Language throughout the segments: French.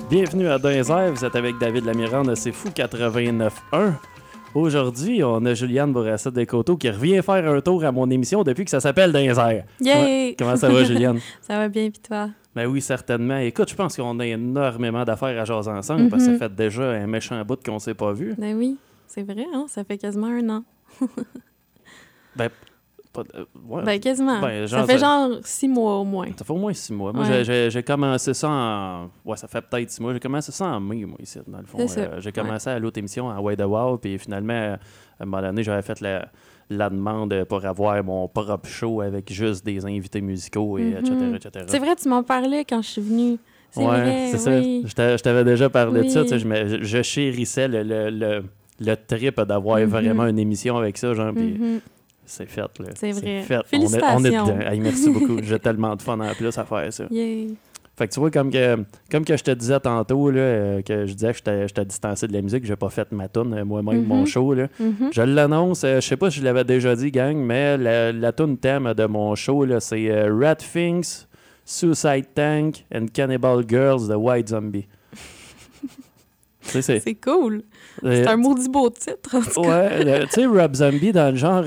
Bienvenue à Dans les airs, vous êtes avec David Lamirande, c'est Fou 89.1. Aujourd'hui, on a Juliane Bourassa-Descoteaux qui revient faire un tour à mon émission depuis que ça s'appelle Dans les airs. Yay! Comment ça va, Juliane? Ça va bien, pis toi? Ben oui, certainement. Écoute, je pense qu'on a énormément d'affaires à jaser ensemble parce que ça fait déjà un méchant bout qu'on s'est pas vu. Ben oui, c'est vrai, hein? Ça fait quasiment 1 an. Ouais. Ben quasiment. Ben, ça fait genre 6 mois au moins. Ça fait au moins 6 mois. Moi, Ouais. j'ai commencé ça en... Ouais, ça fait peut-être 6 mois. J'ai commencé ça en mai, moi, ici, dans le fond. C'est ça. J'ai commencé à l'autre émission, à Way the Wow, puis finalement, à un moment donné, j'avais fait la demande pour avoir mon propre show avec juste des invités musicaux, et etc. C'est vrai, tu m'en parlais quand je suis venue. C'est Ouais, vrai, c'est oui. ça. Je t'avais déjà parlé de ça. Oui. Tu sais, je chérissais le trip d'avoir vraiment une émission avec ça, genre, puis... C'est fait, là. C'est vrai. Fait. Félicitations. On est dedans. Hey, merci beaucoup. J'ai tellement de fun en plus à faire ça. Yay. Fait que tu vois, comme que je te disais tantôt, là, que je disais que j'étais distancé de la musique, j'ai pas fait ma toune moi-même, mon show. Là. Je l'annonce, je sais pas si je l'avais déjà dit, gang, mais la toune thème de mon show, là, c'est Rat Things, Suicide Tank and Cannibal Girls de White Zombie. C'est cool. C'est un maudit beau titre, en tout cas. Ouais, tu sais, Rob Zombie, dans le genre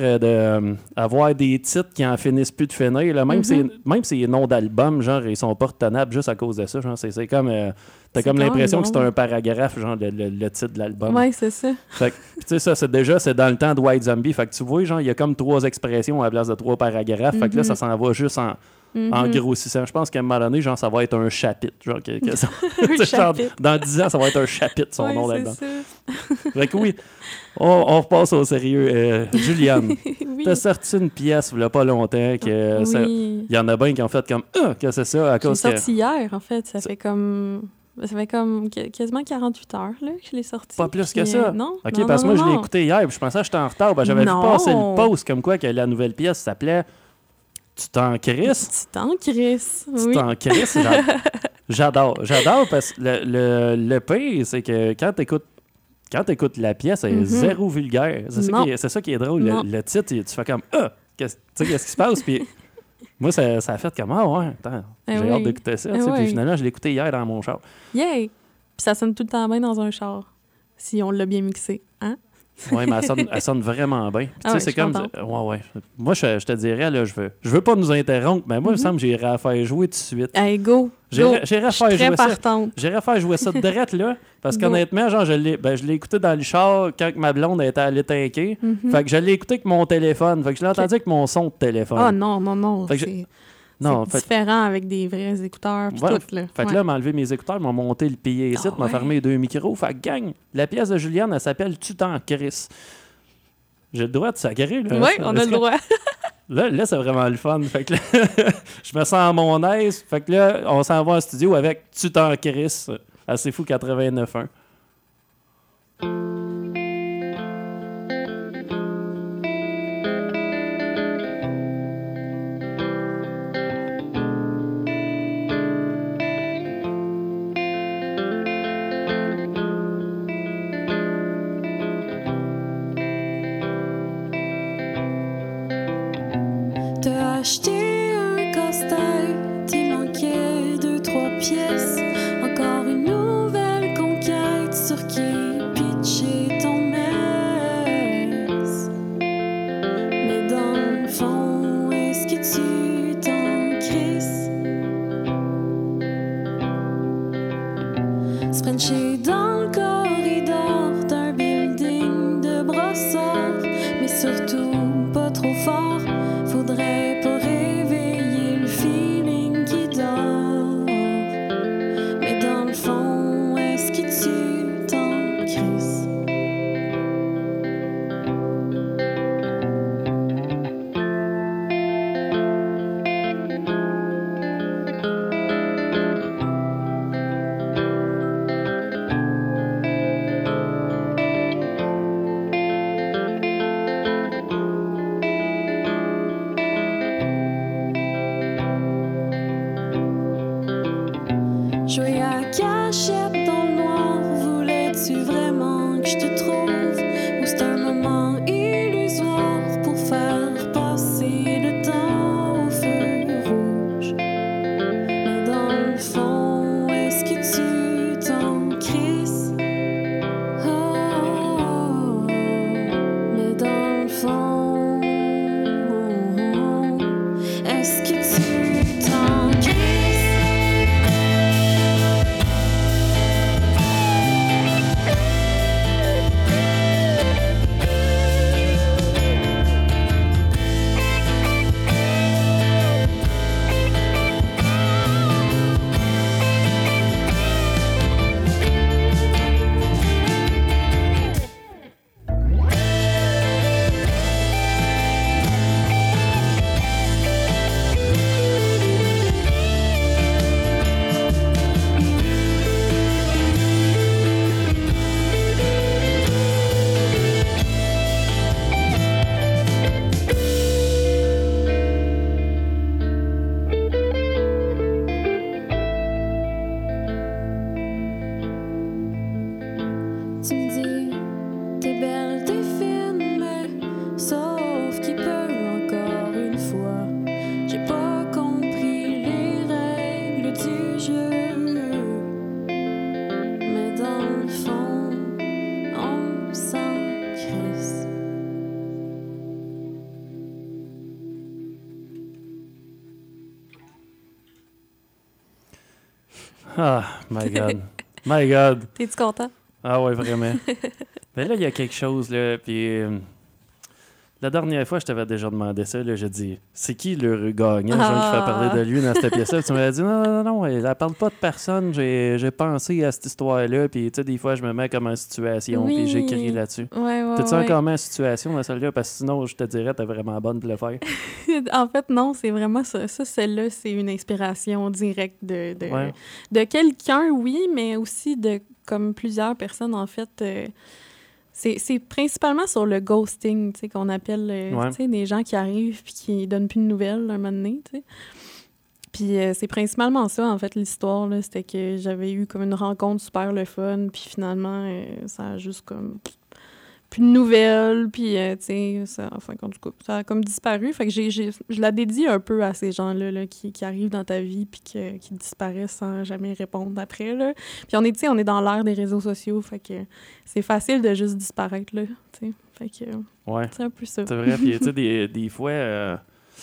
avoir des titres qui en finissent plus de finir, là, même si les noms d'albums, genre, ils sont pas retenables juste à cause de ça. Genre, c'est comme... t'as comme l'impression que c'est un paragraphe, genre, le titre de l'album. Ouais, c'est ça. Fait que, tu sais, ça, c'est dans le temps de White Zombie. Fait que tu vois, genre, il y a comme 3 expressions à la place de 3 paragraphes. Fait que là, ça s'en va juste en grossissant. Je pense qu'à un moment donné, genre, ça va être un chapitre. Genre, Un chapitre. Genre, dans 10 ans, ça va être un chapitre, son ouais, nom d'album. c'est ça. Fait que oui, on repasse au sérieux. Juliane, Oui. t'as sorti une pièce il y a pas longtemps que Oui. il y en a bien qui ont fait comme que c'est ça à Je l'ai cause que sorti hier, en fait. Ça fait comme quasiment 48 heures là, que je l'ai sorti. pas plus que Puis, ça. non. OK, non, parce que non, moi je l'ai non. écouté hier, puis je pensais que j'étais en retard, ben, j'avais vu Non. passer le post comme quoi que la nouvelle pièce s'appelait Tu t'en crisses. Tu t'en crisses. Tu Oui. t'en crisses. J'adore parce que le pire c'est que quand t'écoutes la pièce, elle est zéro vulgaire. C'est ça qui est drôle. Le titre, tu fais comme qu'est-ce qui se passe? Puis moi, ça a fait comme ouais, attends, j'ai hâte d'écouter ça. Puis finalement, je l'ai écouté hier dans mon char. Yay! Puis ça sonne tout le temps bien dans un char, si on l'a bien mixé. Hein? Oui, mais elle sonne vraiment bien. Puis, tu sais, c'est comme. Ouais. Moi, je te dirais, là, je veux pas nous interrompre, mais moi, il me semble que j'irais à faire jouer tout de suite. Hey, go! J'irais faire jouer ça. Partante. J'irais faire jouer ça direct là. Parce qu'honnêtement, genre, je l'ai écouté dans le char quand ma blonde était allée tanker. Fait que je l'ai écouté avec mon téléphone. Fait que je l'ai entendu avec mon son de téléphone. Ah non. Fait que c'est différent avec des vrais écouteurs pis tout, là. Fait que là, m'a enlevé mes écouteurs, m'a monté le pied ici, m'a fermé les 2 micros. Fait que gang, la pièce de Juliane, elle s'appelle Tu t'en crisses. J'ai le droit de sacrer, là. Oui, on a le droit. Là, c'est vraiment le fun. Fait que là, je me sens à mon aise. Fait que là, on s'en va en studio avec Tu t'en crisses. À C'est Fou 89.1. T'as acheté un casse-tête, t'y manquait 2-3 pièces. Encore une nouvelle conquête sur qui pitcher ton mess. Mais dans le fond, est-ce que tu t'en crisses? Se frencher dans le corridor d'un building de brossard, mais surtout pas trop fort. Faudrait pas réveiller le feeling qui dort. Mais dans le fond, est-ce que tu t'en crisses? Ah, my God. My God. T'es-tu content? Ah ouais, vraiment. Mais là, il y a quelque chose, là, puis... la dernière fois, je t'avais déjà demandé ça, là, j'ai dit, c'est qui le gagnant, genre, qui fait parler de lui dans cette pièce-là? Tu m'avais dit, non, elle parle pas de personne, j'ai pensé à cette histoire-là, puis tu sais, des fois, je me mets comme en situation, puis j'écris là-dessus. Ouais, T'es-tu encore mis en situation dans celle-là? Parce que sinon, je te dirais, t'es vraiment bonne pour le faire. En fait, non, c'est vraiment ça. Ça, celle-là, c'est une inspiration directe de Ouais. quelqu'un, oui, mais aussi de comme plusieurs personnes, en fait. C'est principalement sur le ghosting, tu sais, qu'on appelle, Ouais. tu sais, des gens qui arrivent puis qui donnent plus de nouvelles un moment donné, tu sais. Puis c'est principalement ça, en fait, l'histoire, là. C'était que j'avais eu comme une rencontre super le fun, puis finalement, ça a juste comme... plus de nouvelles, puis, tu sais, ça, enfin, en tout cas, ça a comme disparu. Fait que je la dédie un peu à ces gens-là là, qui arrivent dans ta vie puis qui disparaissent sans jamais répondre après, là. Puis on est, tu sais, on est dans l'ère des réseaux sociaux, fait que c'est facile de juste disparaître, là, tu sais. Fait que Ouais. c'est un peu ça. C'est vrai, puis tu sais, des fois...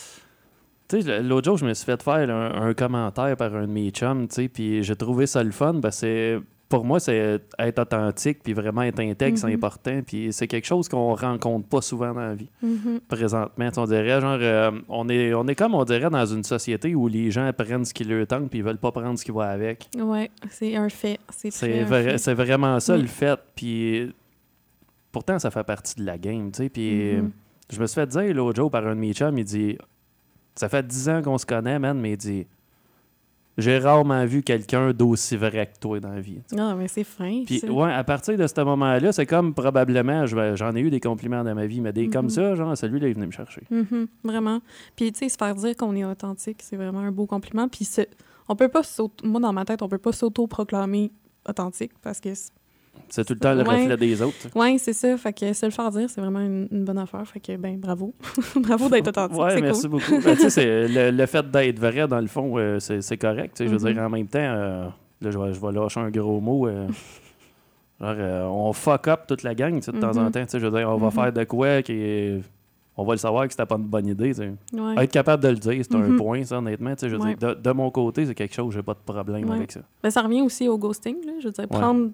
tu sais, l'autre jour, je me suis fait faire un commentaire par un de mes chums, tu sais, puis j'ai trouvé ça le fun, parce que pour moi, c'est être authentique, puis vraiment être intègre, c'est important, puis c'est quelque chose qu'on rencontre pas souvent dans la vie, présentement. Tu sais, on dirait, genre, on est comme, on dirait, dans une société où les gens prennent ce qui leur tente, puis ils veulent pas prendre ce qui va avec. Ouais, c'est un fait. C'est C'est vraiment ça, le fait, puis pourtant, ça fait partie de la game, tu sais, puis je me suis fait dire l'autre jour par un de mes chums, il dit... Ça fait 10 ans qu'on se connaît, man, mais il dit « J'ai rarement vu quelqu'un d'aussi vrai que toi dans la vie. » Ah, mais c'est fin, Puis, ça. ouais, à partir de ce moment-là, c'est comme probablement, j'en ai eu des compliments dans ma vie, mais des comme ça, genre, celui-là, il est venu me chercher. Vraiment. Puis, tu sais, se faire dire qu'on est authentique, c'est vraiment un beau compliment. Puis, on peut pas moi, dans ma tête, on peut pas s'auto-proclamer authentique parce que... C'est tout le temps le reflet des autres. Oui, c'est ça. Fait que se le faire dire, c'est vraiment une bonne affaire. Fait que, ben, bravo. Bravo d'être authentique. Ouais, c'est merci cool. beaucoup. Ben, tu sais, le fait d'être vrai, dans le fond, c'est correct. Tu sais, je veux dire, en même temps, là, je vais lâcher un gros mot. Genre, on fuck up toute la gang, tu sais, de temps en temps. Tu sais, je veux dire, on va faire de quoi qui on va le savoir que c'était pas une bonne idée. Tu sais. Ouais. Être capable de le dire, c'est un point, ça, honnêtement. Tu sais, je veux dire, de mon côté, c'est quelque chose, j'ai pas de problème avec ça. Ben, ça revient aussi au ghosting, là. Je veux dire, prendre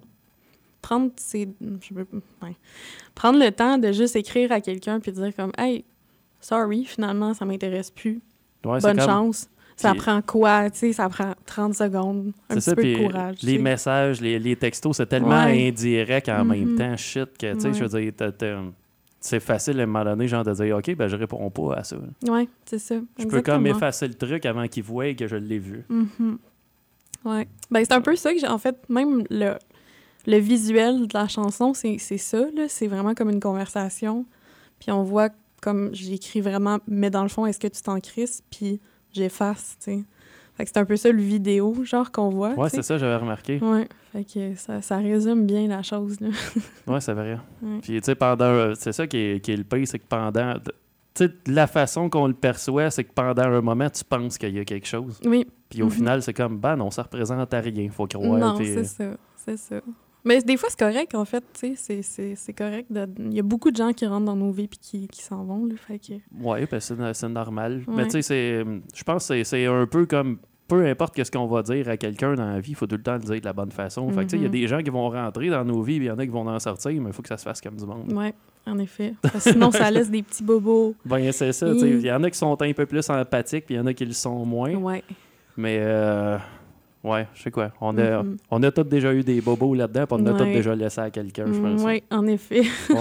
le temps de juste écrire à quelqu'un puis dire comme « Hey, sorry, finalement, ça m'intéresse plus. Ouais, bonne chance. » Ça prend quoi? Tu sais, ça prend 30 secondes. Un petit peu de courage. Les messages, les textos, c'est tellement indirect en même temps, shit, que, tu sais, je veux dire, c'est facile à un moment donné, genre, de dire « OK, ben je réponds pas à ça. » Oui, c'est ça. Je peux comme effacer le truc avant qu'il voie que je l'ai vu. Oui. Ben, c'est un peu ça que j'ai... En fait, même le visuel de la chanson, c'est ça, là. C'est vraiment comme une conversation. Puis on voit comme j'écris vraiment, mais dans le fond, est-ce que tu t'en crisses? Puis j'efface, tu sais. Fait que c'est un peu ça le vidéo, genre, qu'on voit. Ouais, t'sais. c'est ça, j'avais remarqué. Ouais, fait que ça résume bien la chose, là. Ouais, c'est vrai. Ouais. Puis, tu sais, c'est ça qui est le pire, c'est que pendant... Tu sais, la façon qu'on le perçoit, c'est que pendant un moment, tu penses qu'il y a quelque chose. Oui. Puis au final, c'est comme, ben non, ça représente à rien, faut croire. Non, puis... c'est ça. Mais des fois, c'est correct, en fait, tu sais, c'est correct. Il y a beaucoup de gens qui rentrent dans nos vies puis qui s'en vont, là, fait que... Oui, ben c'est normal. Ouais. Mais tu sais, je pense que c'est un peu comme, peu importe ce qu'on va dire à quelqu'un dans la vie, il faut tout le temps le dire de la bonne façon. Fait que tu sais, il y a des gens qui vont rentrer dans nos vies, puis il y en a qui vont en sortir, mais il faut que ça se fasse comme du monde. Oui, en effet. Parce que sinon, ça laisse des petits bobos. Ben c'est ça, tu sais, il y en a qui sont un peu plus empathiques, puis il y en a qui le sont moins. Ouais. Mais... ouais, je sais quoi. On a tous déjà eu des bobos là-dedans, puis on a tous déjà laissé à quelqu'un, je pense. Oui, en effet.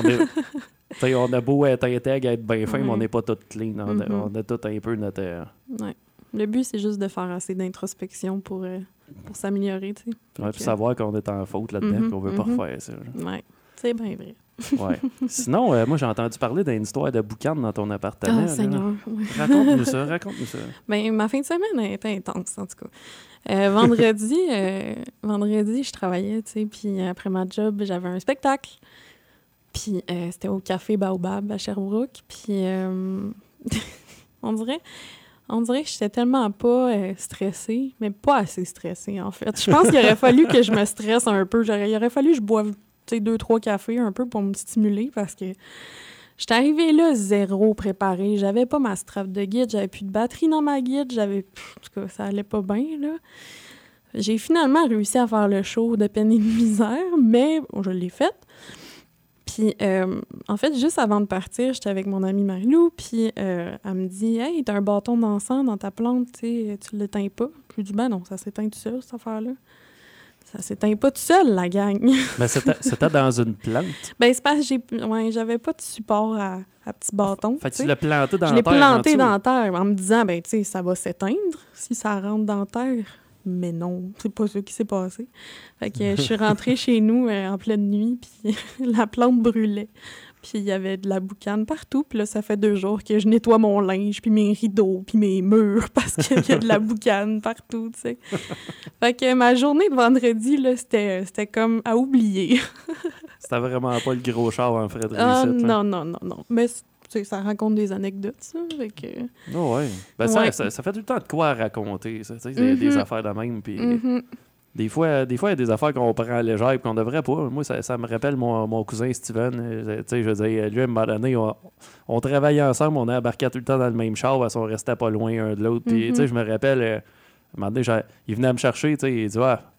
On a beau être intègre, être bien fin, mais on n'est pas tous clean. On a tous un peu notre... Ouais. Le but, c'est juste de faire assez d'introspection pour s'améliorer, tu sais. Ouais, puis savoir qu'on est en faute là-dedans, qu'on veut pas refaire ça. Oui, c'est bien vrai. Ouais. Sinon, moi, j'ai entendu parler d'une histoire de boucan dans ton appartement. Ah, Seigneur. Ouais. Raconte-nous ça. Ben, ma fin de semaine a été intense, en tout cas. Vendredi, je travaillais, tu sais, puis après ma job, j'avais un spectacle. Puis c'était au Café Baobab à Sherbrooke. Puis on dirait que j'étais tellement pas stressée, mais pas assez stressée, en fait. Je pense qu'il aurait fallu que je me stresse un peu. Il aurait fallu que je boive 2-3 cafés un peu pour me stimuler parce que j'étais arrivée là zéro préparée. J'avais pas ma strap de guide, j'avais plus de batterie dans ma guide, en tout cas, ça allait pas bien, là. J'ai finalement réussi à faire le show de peine et de misère, mais je l'ai fait. Puis, en fait, juste avant de partir, j'étais avec mon amie Marie-Lou, puis elle me dit « Hey, t'as un bâton d'encens dans ta plante, tu l'éteins pas? » Je lui dis « Ben non, ça s'éteint tout seul, cette affaire-là. » Ça s'éteint pas tout seul, la gang. Mais c'était dans une plante. Ben, c'est parce que j'avais pas de support à petit bâton. Fait que tu l'as planté dans je la terre. Je l'ai planté dans la terre en me disant, ben, tu sais, ça va s'éteindre si ça rentre dans la terre. Mais non, c'est pas ça qui s'est passé. Fait que je suis rentrée chez nous en pleine nuit, puis la plante brûlait. Puis il y avait de la boucane partout. Puis là, ça fait 2 jours que je nettoie mon linge, puis mes rideaux, puis mes murs, parce qu'il y a de la boucane partout, tu sais. Fait que ma journée de vendredi, là, c'était comme à oublier. C'était vraiment pas le gros char en Frédéric. Non. Mais ça raconte des anecdotes, ça. Fait que... Oh ouais. Ben, ça fait tout le temps de quoi raconter, ça. Tu sais, des affaires de même, puis... Des fois, il y a des affaires qu'on prend à légère et qu'on devrait pas. Moi, ça me rappelle mon cousin Steven. Tu sais, je veux dire, lui, à un moment donné, on travaillait ensemble, on embarquait tout le temps dans le même char parce qu'on restait pas loin un de l'autre. Puis, tu sais, je me rappelle, à un moment donné, il venait me chercher, tu sais, il dit,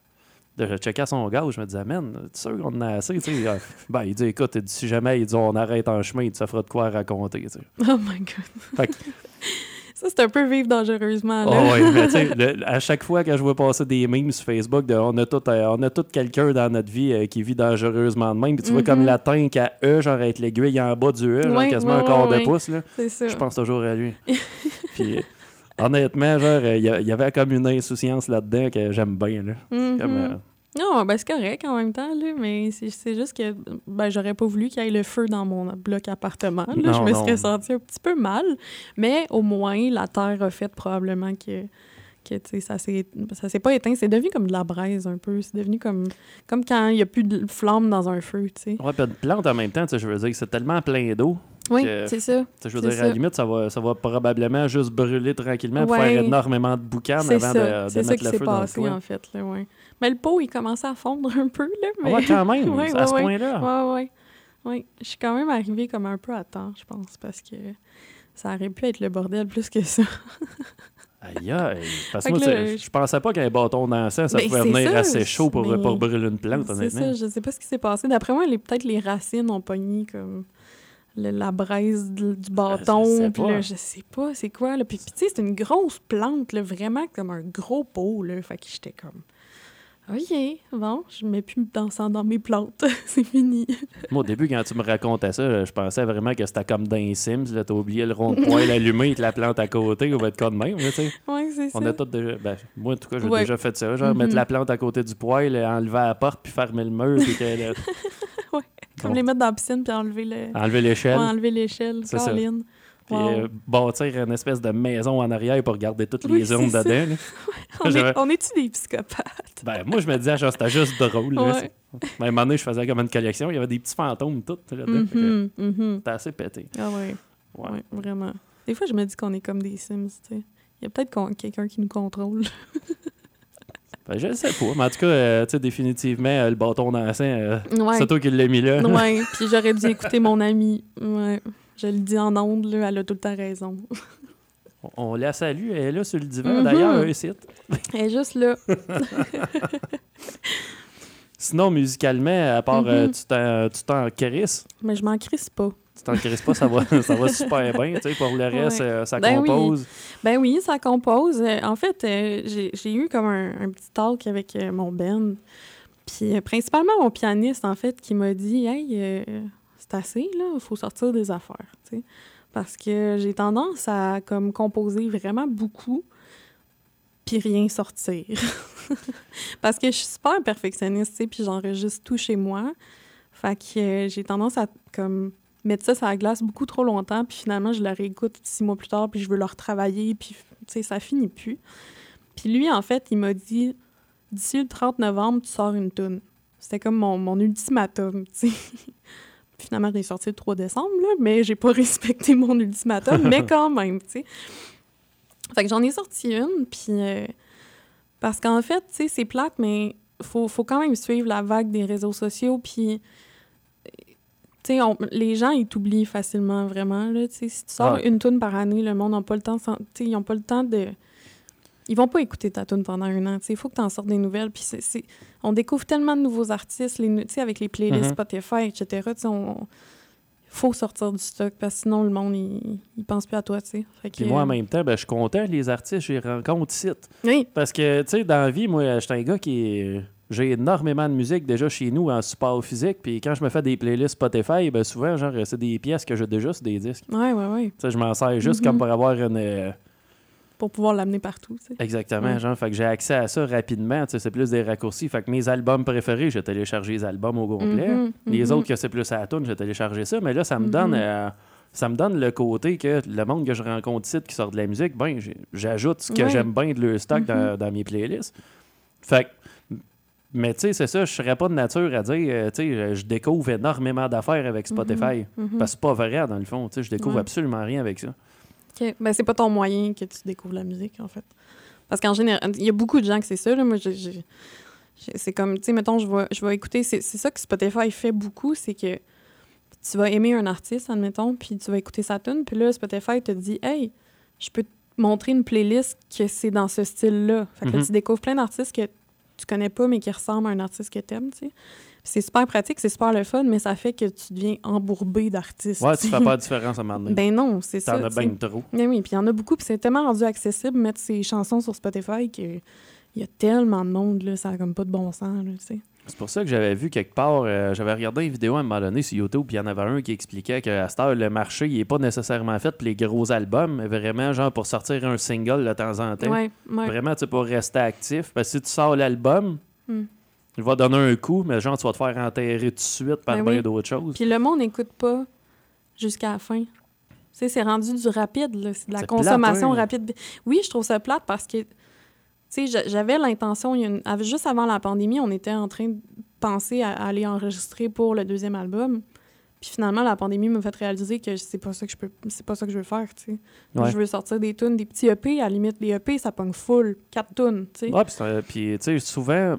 je checkais son gaz, je me disais, man, tu sûr qu'on en a assez, tu sais. Ben, il dit, écoute, il dit, si jamais on arrête en chemin, ça fera de quoi raconter, tu sais. Oh my God. Fait que, ça, c'est un peu vivre dangereusement, là. Oh, oui, mais tu sais, à chaque fois que je vois passer des memes sur Facebook, on a tout quelqu'un dans notre vie qui vit dangereusement de même. Puis tu vois comme la tank à E, genre avec l'aiguille en bas du E, genre quasiment un quart de pouce, là. C'est ça. Je pense toujours à lui. Puis honnêtement, genre, il y avait comme une insouciance là-dedans que j'aime bien, là. Comme, non, ben c'est correct en même temps, là, mais c'est juste que j'aurais pas voulu qu'il y ait le feu dans mon bloc appartement. Là. Je me serais sentie un petit peu mal, mais au moins, la terre a fait probablement que ça s'est pas éteint. C'est devenu comme de la braise un peu. C'est devenu comme quand il y a plus de flamme dans un feu, tu sais. Ouais, puis une plante en même temps, je veux dire, c'est tellement plein d'eau. Oui, c'est ça. Je veux dire, à la limite, ça va probablement juste brûler tranquillement pour faire énormément de boucan avant de mettre le feu. C'est ça qui s'est passé, en fait. Là, ouais. Mais le pot, il commençait à fondre un peu. Là, mais... Ouais, quand même, à ce point-là. Oui. Je suis quand même arrivée comme un peu à temps, je pense, parce que ça aurait pu être le bordel plus que ça. Aïe, parce que moi, je pensais pas qu'un bâton d'encens, ça pouvait venir assez chaud pour brûler une plante, honnêtement. C'est ça, je sais pas ce qui s'est passé. D'après moi, peut-être les racines ont pogné comme... la braise du bâton, puis là, je sais pas c'est quoi, là. Puis tu sais, c'est une grosse plante, là, vraiment comme un gros pot, là. Fait que j'étais comme, OK, bon, je mets plus d'encens dans mes plantes, c'est fini. Moi, au début, quand tu me racontais ça, je pensais vraiment que c'était comme dans les Sims, là, t'as oublié le rond de poêle allumé avec la plante à côté, on va être comme même, tu sais. Oui, c'est ça. On a tous déjà, moi, en tout cas, j'ai déjà fait ça, genre mettre la plante à côté du poêle, enlever la porte, puis fermer le mur, puis que... Oui, comme les mettre dans la piscine, puis enlever l'échelle. Ouais, enlever l'échelle, c'est Caroline. Ça. Puis bâtir une espèce de maison en arrière pour garder toutes les urnes dedans. On est-tu des psychopathes? Ben, moi, je me disais, genre, c'était juste drôle. Là. Mais à un moment donné, je faisais comme une collection. Il y avait des petits fantômes tout là-dedans. C'était assez pété. Ah ouais, vraiment. Des fois, je me dis qu'on est comme des Sims, tu sais. Il y a peut-être quelqu'un qui nous contrôle. Ben, je ne sais pas. Mais en tout cas, tu sais, définitivement, le bâton d'encens, c'est toi qui l'as mis là. Oui, puis j'aurais dû écouter mon amie. Ouais. Je le dis en ondes, là, elle a tout le temps raison. On la salue, elle est là sur le divan, d'ailleurs, ici. Elle est juste là. Sinon, musicalement, à part tu t'en crisses? Mais je m'en crisse pas. Tu t'en crisses pas, ça va super bien, tu sais, pour le reste, ça compose. Oui. Ben oui, ça compose. En fait, j'ai eu comme un petit talk avec mon band, puis principalement mon pianiste, en fait, qui m'a dit « Hey, c'est assez, là, il faut sortir des affaires, tu sais. » Parce que j'ai tendance à comme composer vraiment beaucoup puis rien sortir. Parce que je suis super perfectionniste, tu sais, puis j'enregistre tout chez moi. Fait que j'ai tendance à comme mettre ça sur la glace beaucoup trop longtemps, puis finalement, je le réécoute 6 mois plus tard, puis je veux le retravailler, puis tu sais, ça finit plus. Puis lui, en fait, il m'a dit « D'ici le 30 novembre, tu sors une toune. » C'était comme mon ultimatum, tu sais. Finalement, j'ai sorti le 3 décembre, là, mais j'ai pas respecté mon ultimatum, mais quand même, tu sais. Fait que j'en ai sorti une, puis... parce qu'en fait, tu sais, c'est plate, mais faut quand même suivre la vague des réseaux sociaux, puis... Tu sais, les gens, ils t'oublient facilement, vraiment, là, tu sais. Si tu sors une toune par année, le monde n'a pas le temps... Tu sais, ils n'ont pas le temps de... ils vont pas écouter ta tune pendant 1 an. Il faut que tu en sortes des nouvelles. Puis on découvre tellement de nouveaux artistes, avec les playlists Spotify, etc. Il faut sortir du stock parce que sinon, le monde, il pense plus à toi. Puis moi, en même temps, je suis content, les artistes, je les rencontre ici. Oui. Parce que, tu sais, dans la vie, moi, je suis un gars j'ai énormément de musique déjà chez nous en support physique. Puis quand je me fais des playlists Spotify, souvent, genre, c'est des pièces que j'ai déjà sur des disques. Oui. Tu sais, je m'en sers juste comme pour avoir une... Pour pouvoir l'amener partout, tu sais. Exactement, genre, fait que j'ai accès à ça rapidement, tu sais, c'est plus des raccourcis. Fait que mes albums préférés, j'ai téléchargé les albums au complet. Les autres que c'est plus à la toune, j'ai téléchargé ça. Mais là, ça me donne le côté que le monde que je rencontre ici qui sort de la musique, j'ajoute ce que j'aime bien de leur stock dans mes playlists. Fait que, mais tu sais, c'est ça, je serais pas de nature à dire, tu sais, je découvre énormément d'affaires avec Spotify. Parce que c'est pas vrai, dans le fond, tu sais, je découvre absolument rien avec ça. OK. C'est pas ton moyen que tu découvres la musique, en fait. Parce qu'en général, il y a beaucoup de gens que c'est ça. Là. Moi, c'est comme, tu sais, mettons, je vais écouter... C'est ça que Spotify fait beaucoup, c'est que tu vas aimer un artiste, admettons, puis tu vas écouter sa tune, puis là, Spotify te dit « Hey, je peux te montrer une playlist que c'est dans ce style-là. » Fait que là, tu découvres plein d'artistes que tu connais pas, mais qui ressemblent à un artiste que t'aimes, tu sais. C'est super pratique, c'est super le fun, mais ça fait que tu deviens embourbé d'artistes. Ouais, tu fais pas la différence à un moment donné. Ben non, c'est ça. T'en as bien trop. Mais oui, puis il y en a beaucoup, puis c'est tellement rendu accessible mettre ses chansons sur Spotify qu'il y a tellement de monde, là, ça a comme pas de bon sens, là, tu sais. C'est pour ça que j'avais vu quelque part, j'avais regardé une vidéo à un moment donné sur YouTube, puis il y en avait un qui expliquait qu'à cette heure, le marché, il est pas nécessairement fait pour les gros albums, mais vraiment, genre, pour sortir un single de temps en temps. Ouais. Vraiment, tu sais, pour rester actif. Parce que si tu sors l'album, il va donner un coup, mais genre, tu vas te faire enterrer tout de suite par bien d'autres choses. Puis le monde n'écoute pas jusqu'à la fin. Tu sais, c'est rendu du rapide, là. C'est de la consommation rapide. Oui, je trouve ça plate parce que, tu sais, j'avais l'intention, juste avant la pandémie, on était en train de penser à aller enregistrer pour le 2e album. Puis finalement, la pandémie m'a fait réaliser que c'est pas ça que je veux faire, tu sais. Ouais. Je veux sortir des tunes, des petits EP. À la limite, les EP, ça pogne full, 4 tunes, tu sais. Ouais, puis tu sais, souvent...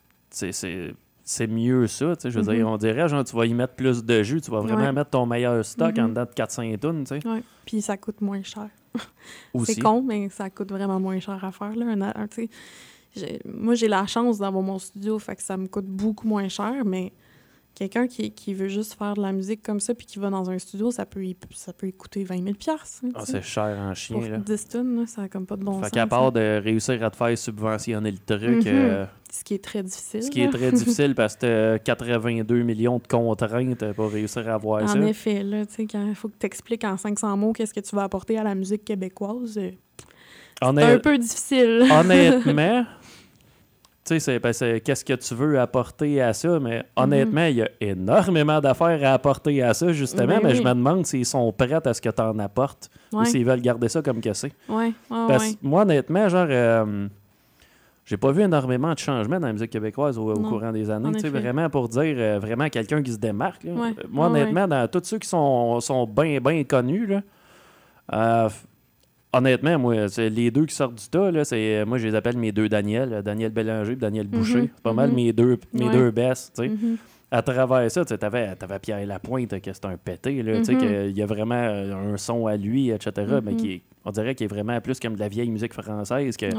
C'est mieux ça, tu sais, je veux dire, on dirait, genre, tu vas y mettre plus de jus, tu vas vraiment mettre ton meilleur stock en dedans de 400 tonnes, tu sais. Oui, puis ça coûte moins cher. C'est con, mais ça coûte vraiment moins cher à faire, là. Tu sais, moi, j'ai la chance d'avoir mon studio, fait que ça me coûte beaucoup moins cher, mais quelqu'un qui veut juste faire de la musique comme ça puis qui va dans un studio, ça peut y coûter 20 000 $. C'est cher en chien, pour là. 10 tonnes, là, ça n'a comme pas de bon sens. Fait qu'à part de réussir à te faire subventionner le truc... ce qui est très difficile. Ce qui est très difficile parce que tu as 82 millions de contraintes pour réussir à avoir ça. En effet, là, tu sais, quand il faut que tu expliques en 500 mots qu'est-ce que tu vas apporter à la musique québécoise, c'est un peu difficile. Honnêtement... Tu sais, c'est qu'est-ce que tu veux apporter à ça, mais honnêtement, il y a énormément d'affaires à apporter à ça, justement, mais je me demande s'ils sont prêts à ce que tu en apportes ou s'ils veulent garder ça comme que c'est. Parce que moi, honnêtement, genre, j'ai pas vu énormément de changements dans la musique québécoise au courant des années. Tu sais, vraiment pour dire, vraiment quelqu'un qui se démarque. Là. Moi, honnêtement, dans tous ceux qui sont bien connus, là, honnêtement, moi, les deux qui sortent du tas, là, moi, je les appelle mes deux Daniel Bélanger et Daniel Boucher. C'est pas mal mes deux best, tu sais. À travers ça, tu avais Pierre Lapointe, que c'est un pété, là, tu sais, qu'il y a vraiment un son à lui, etc., mais on dirait qu'il est vraiment plus comme de la vieille musique française que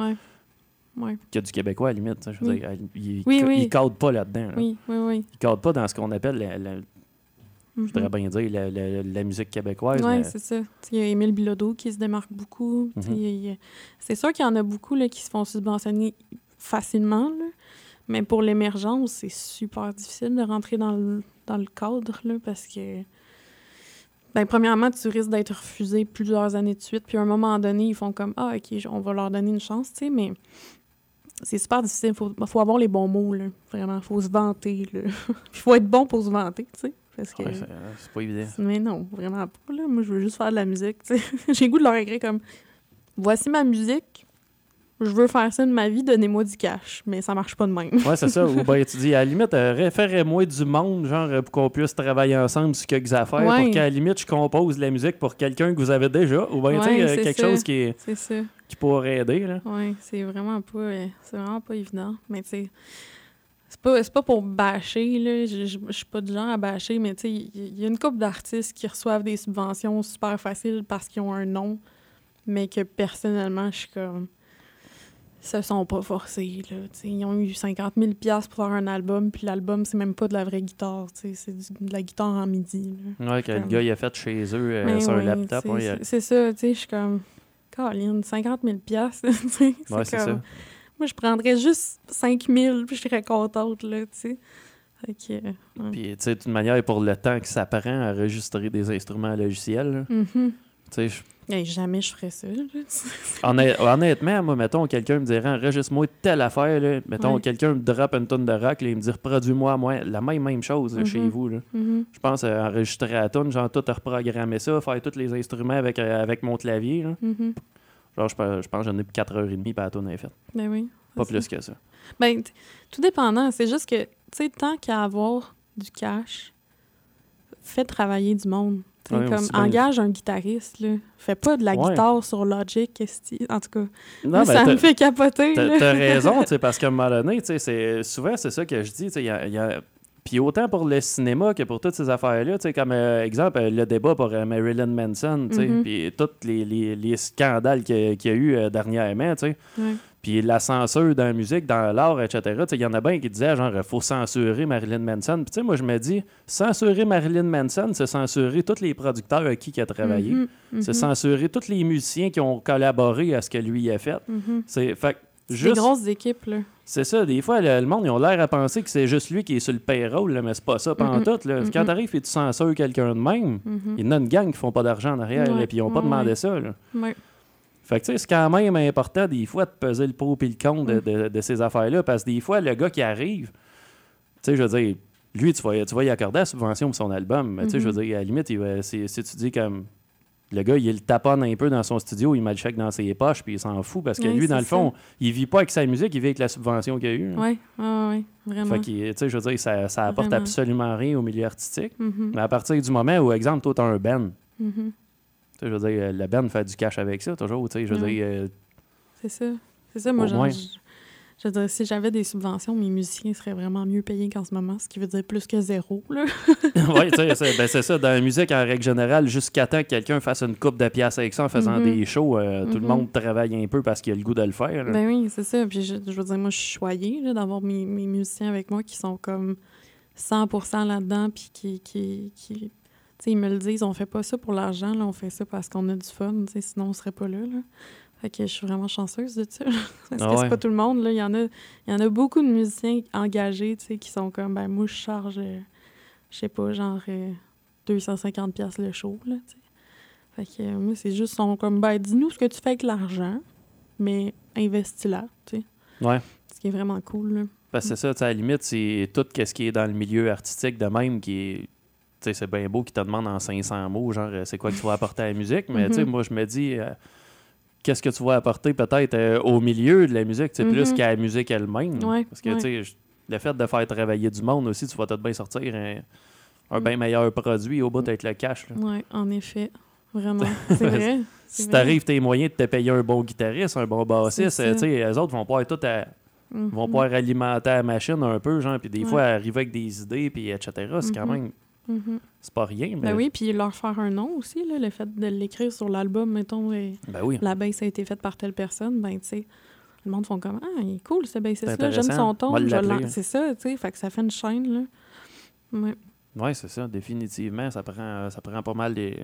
du québécois, à la limite. Je veux dire, il cadre pas là-dedans. Là. Oui. Il cadre pas dans ce qu'on appelle je voudrais bien dire la musique québécoise. Oui, c'est ça. Il y a Émile Bilodeau qui se démarque beaucoup. C'est sûr qu'il y en a beaucoup là, qui se font subventionner facilement, là. Mais pour l'émergence, c'est super difficile de rentrer dans le cadre là, parce que, premièrement, tu risques d'être refusé plusieurs années de suite. Puis à un moment donné, ils font comme « Ah, OK, on va leur donner une chance. » Tu sais, mais c'est super difficile. Faut avoir les bons mots, là. Vraiment, il faut se vanter, là. Il faut être bon pour se vanter, tu sais. Parce que, c'est pas évident. Mais non, vraiment pas. Là. Moi, je veux juste faire de la musique. T'sais. J'ai le goût de leur écrire comme « Voici ma musique, je veux faire ça de ma vie, donnez-moi du cash. » Mais ça marche pas de même. Ouais, c'est ça. Ou bien tu dis, à la limite, référez-moi du monde, genre, pour qu'on puisse travailler ensemble sur quelques affaires, pour qu'à la limite, je compose la musique pour quelqu'un que vous avez déjà. Ou bien, tu sais, quelque chose qui pourrait aider. Là. Oui, c'est vraiment pas évident. Mais tu sais... C'est pas pour bâcher, là. Je suis pas du genre à bâcher, mais tu sais, il y a une couple d'artistes qui reçoivent des subventions super faciles parce qu'ils ont un nom, mais que personnellement, je suis comme... se sont pas forcés, là. T'sais, ils ont eu 50 000 $ pour faire un album, puis l'album, c'est même pas de la vraie guitare, c'est de la guitare en MIDI, là. Ouais, que le gars, il a fait chez eux sur un laptop. C'est ça, tu sais, je suis comme... Caroline, 50 000 $, tu sais. Ouais, c'est ça. Moi, je prendrais juste 5 000, puis je serais contente, là, tu sais. Fait que... ouais. Puis, tu sais, de toute manière, pour le temps que ça prend à enregistrer des instruments logiciels, tu sais, jamais je ferais ça, là. Honnêtement, moi, mettons, quelqu'un me dirait, enregistre-moi telle affaire, là. Mettons, quelqu'un me drop une tonne de rock, là, il me dit, reproduis-moi, moi, la même chose là, chez vous, là. Je pense enregistrer la tonne, genre, tout reprogrammer ça, faire tous les instruments avec mon clavier, là. Genre, je pense que j'en ai pour 4h30, puis la tonne est faite. Ben oui. Pas plus que ça. Ben, tout dépendant. C'est juste que, tu sais, tant qu'à avoir du cash, fais travailler du monde. Ouais, comme engage un guitariste, là. Fais pas de la guitare sur Logic, en tout cas. Non, ça me fait capoter. T'as raison, tu sais, parce qu'à un moment donné, tu sais, souvent, c'est ça que je dis, tu sais, puis autant pour le cinéma que pour toutes ces affaires-là, tu sais, comme exemple, le débat pour Marilyn Manson, tu sais, puis tous les scandales qu'il y a eu dernièrement, tu sais. Ouais. Puis la censure dans la musique, dans l'art, etc. Il y en a bien qui disaient, genre, il faut censurer Marilyn Manson. Puis tu sais, moi, je me dis, censurer Marilyn Manson, c'est censurer tous les producteurs avec qui il a travaillé. C'est censurer tous les musiciens qui ont collaboré à ce que lui a fait. C'est des grosses équipes, là. C'est ça. Des fois, le monde, ils ont l'air à penser que c'est juste lui qui est sur le payroll, là, mais c'est pas ça pantoute. Quand t'arrives et tu censures quelqu'un de même, il y en a une gang qui font pas d'argent en arrière, et puis ils n'ont pas demandé ça, là. Fait que tu sais, c'est quand même important des fois de peser le pour et le contre de ces affaires-là, parce que des fois, le gars qui arrive, tu sais, je veux dire, lui, tu vas y accorder la subvention pour son album, mais tu sais, je veux dire, à la limite, si tu dis comme, le gars, il le taponne un peu dans son studio, il met le chèque dans ses poches, puis il s'en fout, parce que lui, dans le fond, il vit pas avec sa musique, il vit avec la subvention qu'il a eue. Oui, vraiment. Fait que, tu sais, je veux dire, ça apporte absolument rien au milieu artistique, mais à partir du moment où, exemple, toi, t'as un band, je veux dire, le band fait du cash avec ça, toujours, tu sais, je veux dire... C'est ça. C'est ça, moi, je veux dire, si j'avais des subventions, mes musiciens seraient vraiment mieux payés qu'en ce moment, ce qui veut dire plus que zéro, là. Oui, tu sais, c'est ça. Dans la musique, en règle générale, jusqu'à temps que quelqu'un fasse une coupe de pièces avec ça en faisant des shows, tout le monde travaille un peu parce qu'il a le goût de le faire. Là. Ben oui, c'est ça. Puis je veux dire, moi, je suis choyée là, d'avoir mes musiciens avec moi qui sont comme 100% là-dedans, puis qui tu sais, ils me le disent, on fait pas ça pour l'argent, là, on fait ça parce qu'on a du fun, tu sais, sinon on serait pas là. Fait que je suis vraiment chanceuse de ça. Parce que c'est pas tout le monde, là. Il y en a beaucoup de musiciens engagés, tu sais, qui sont comme, ben moi, je charge, je sais pas, genre 250 $ le show, là, tu sais. Fait que moi, c'est juste, sont comme, ben dis-nous ce que tu fais avec l'argent, mais investis-la, tu sais. Ouais. Ce qui est vraiment cool, là. Parce que c'est ça, tu sais, à la limite, c'est tout ce qui est dans le milieu artistique de même qui est... Tu sais, c'est bien beau qu'ils te demandent en 500 mots, genre, c'est quoi que tu vas apporter à la musique, mais tu sais, moi, je me dis, qu'est-ce que tu vas apporter peut-être au milieu de la musique, tu sais, plus qu'à la musique elle-même. Ouais, parce que, tu sais, le fait de faire travailler du monde aussi, tu vas peut-être bien sortir un bien meilleur produit au bout d'être le cash. Oui, en effet. Vraiment. C'est vrai. Si t'arrives tes moyens de te payer un bon guitariste, un bon bassiste, tu sais, les autres vont pouvoir tout vont pouvoir alimenter la machine un peu, genre, puis des fois arriver avec des idées, puis etc. C'est quand même... C'est pas rien, mais... Ben oui, puis leur faire un nom aussi, là, le fait de l'écrire sur l'album, mettons, la bass a été faite par telle personne, ben tu sais, le monde font comme « Ah, il est cool ce bassiste-là, j'aime son ton. » C'est ça, tu sais, fait que ça fait une chaîne, là. Ouais. Oui, c'est ça, définitivement, ça prend pas mal des...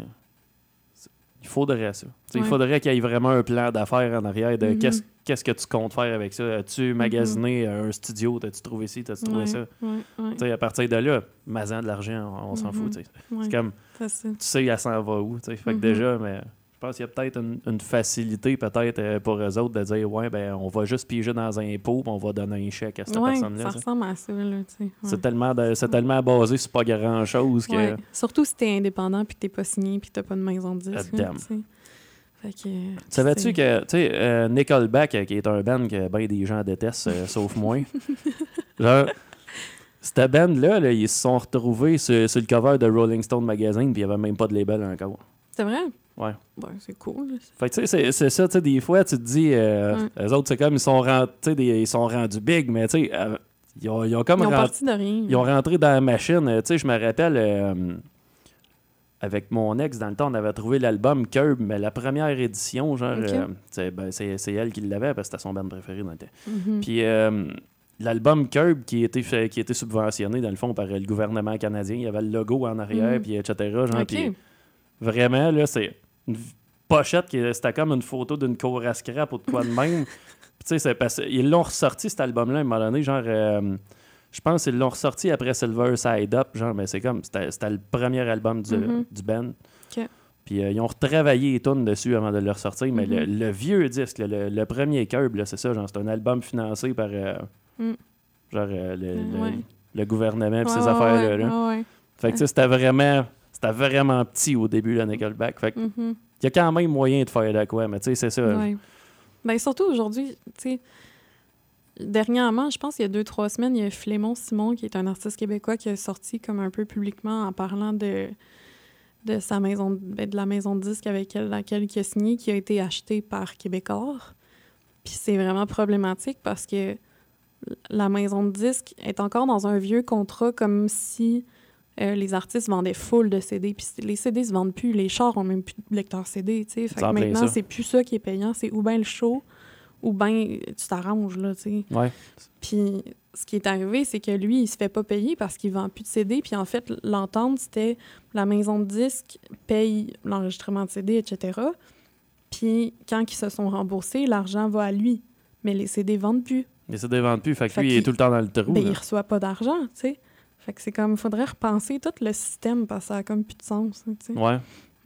Il faudrait ça. Il faudrait qu'il y ait vraiment un plan d'affaires en arrière de qu'est-ce que tu comptes faire avec ça. As-tu magasiné un studio? T'as-tu trouvé ci? T'as-tu trouvé ça? À partir de là, mazan de l'argent, on s'en fout. C'est comme, tu sais, elle s'en va où? Fait que déjà, mais je pense qu'il y a peut-être une facilité peut-être pour eux autres de dire, ouais, ben on va juste piger dans un pot et on va donner un chèque à cette personne-là. Ça ressemble à ça. Là, c'est tellement basé sur pas grand-chose que... Ouais. Surtout si t'es indépendant puis que t'es pas signé puis que t'as pas de maison de disque. Fait que, savais-tu que, tu sais, Nickelback, qui est un band que bien des gens détestent, sauf moi, genre, cette band-là, là, ils se sont retrouvés sur le cover de Rolling Stone Magazine puis il n'y avait même pas de label encore. C'est vrai? Ouais. Ouais, c'est cool. Fait que tu sais, c'est ça, tu sais, des fois, tu te dis, eux autres, c'est comme, ils sont rendus big, mais tu sais, ils ont comme... Ils ont parti de rien. Ils ont rentré dans la machine. Tu sais, je me rappelle, avec mon ex, dans le temps, on avait trouvé l'album Curb, mais la première édition, genre, c'est elle qui l'avait parce que c'était son band préféré dans le temps. Mhm. Puis l'album Curb qui était subventionné, dans le fond, par le gouvernement canadien, il y avait le logo en arrière, puis etc. Genre, puis vraiment, là, c'est une pochette c'était comme une photo d'une cour à scrap ou de quoi de même. Puis tu sais, ils l'ont ressorti, cet album-là, à un moment donné, genre... je pense qu'ils l'ont ressorti après Silver Side Up, genre, mais c'est comme, c'était le premier album du band. Okay. Puis ils ont retravaillé les tunes dessus avant de le ressortir, mais le vieux disque, le premier Curb, là, c'est ça, genre, c'est un album financé par genre le gouvernement et ces affaires-là. Là. Fait que tu sais, c'était vraiment petit au début, le Nickelback. Fait que il y a quand même moyen de faire de quoi, mais tu sais, c'est ça. Ouais. Ben, surtout aujourd'hui, tu sais, dernièrement, je pense qu'il y a 2-3 semaines, il y a Flémon Simon, qui est un artiste québécois, qui a sorti comme un peu publiquement en parlant de sa maison, de la maison de disques avec laquelle il a signé, qui a été achetée par Québécois. Puis c'est vraiment problématique parce que la maison de disques est encore dans un vieux contrat comme si les artistes vendaient full de CD. Puis les CD se vendent plus, les chars ont même plus de lecteur CD, tu sais. Fait que maintenant, c'est plus ça qui est payant, c'est ou bien le show ou bien tu t'arranges, là, tu sais. Ouais. Puis ce qui est arrivé, c'est que lui, il se fait pas payer parce qu'il vend plus de CD. Puis en fait, l'entente, c'était la maison de disques paye l'enregistrement de CD, etc. Puis quand ils se sont remboursés, l'argent va à lui. Mais les CD vendent plus. Les CD vendent plus, fait que lui, il est tout le temps dans le trou. Ben, il reçoit pas d'argent, tu sais. Fait que c'est comme, il faudrait repenser tout le système parce que ça a comme plus de sens, tu sais. Ouais.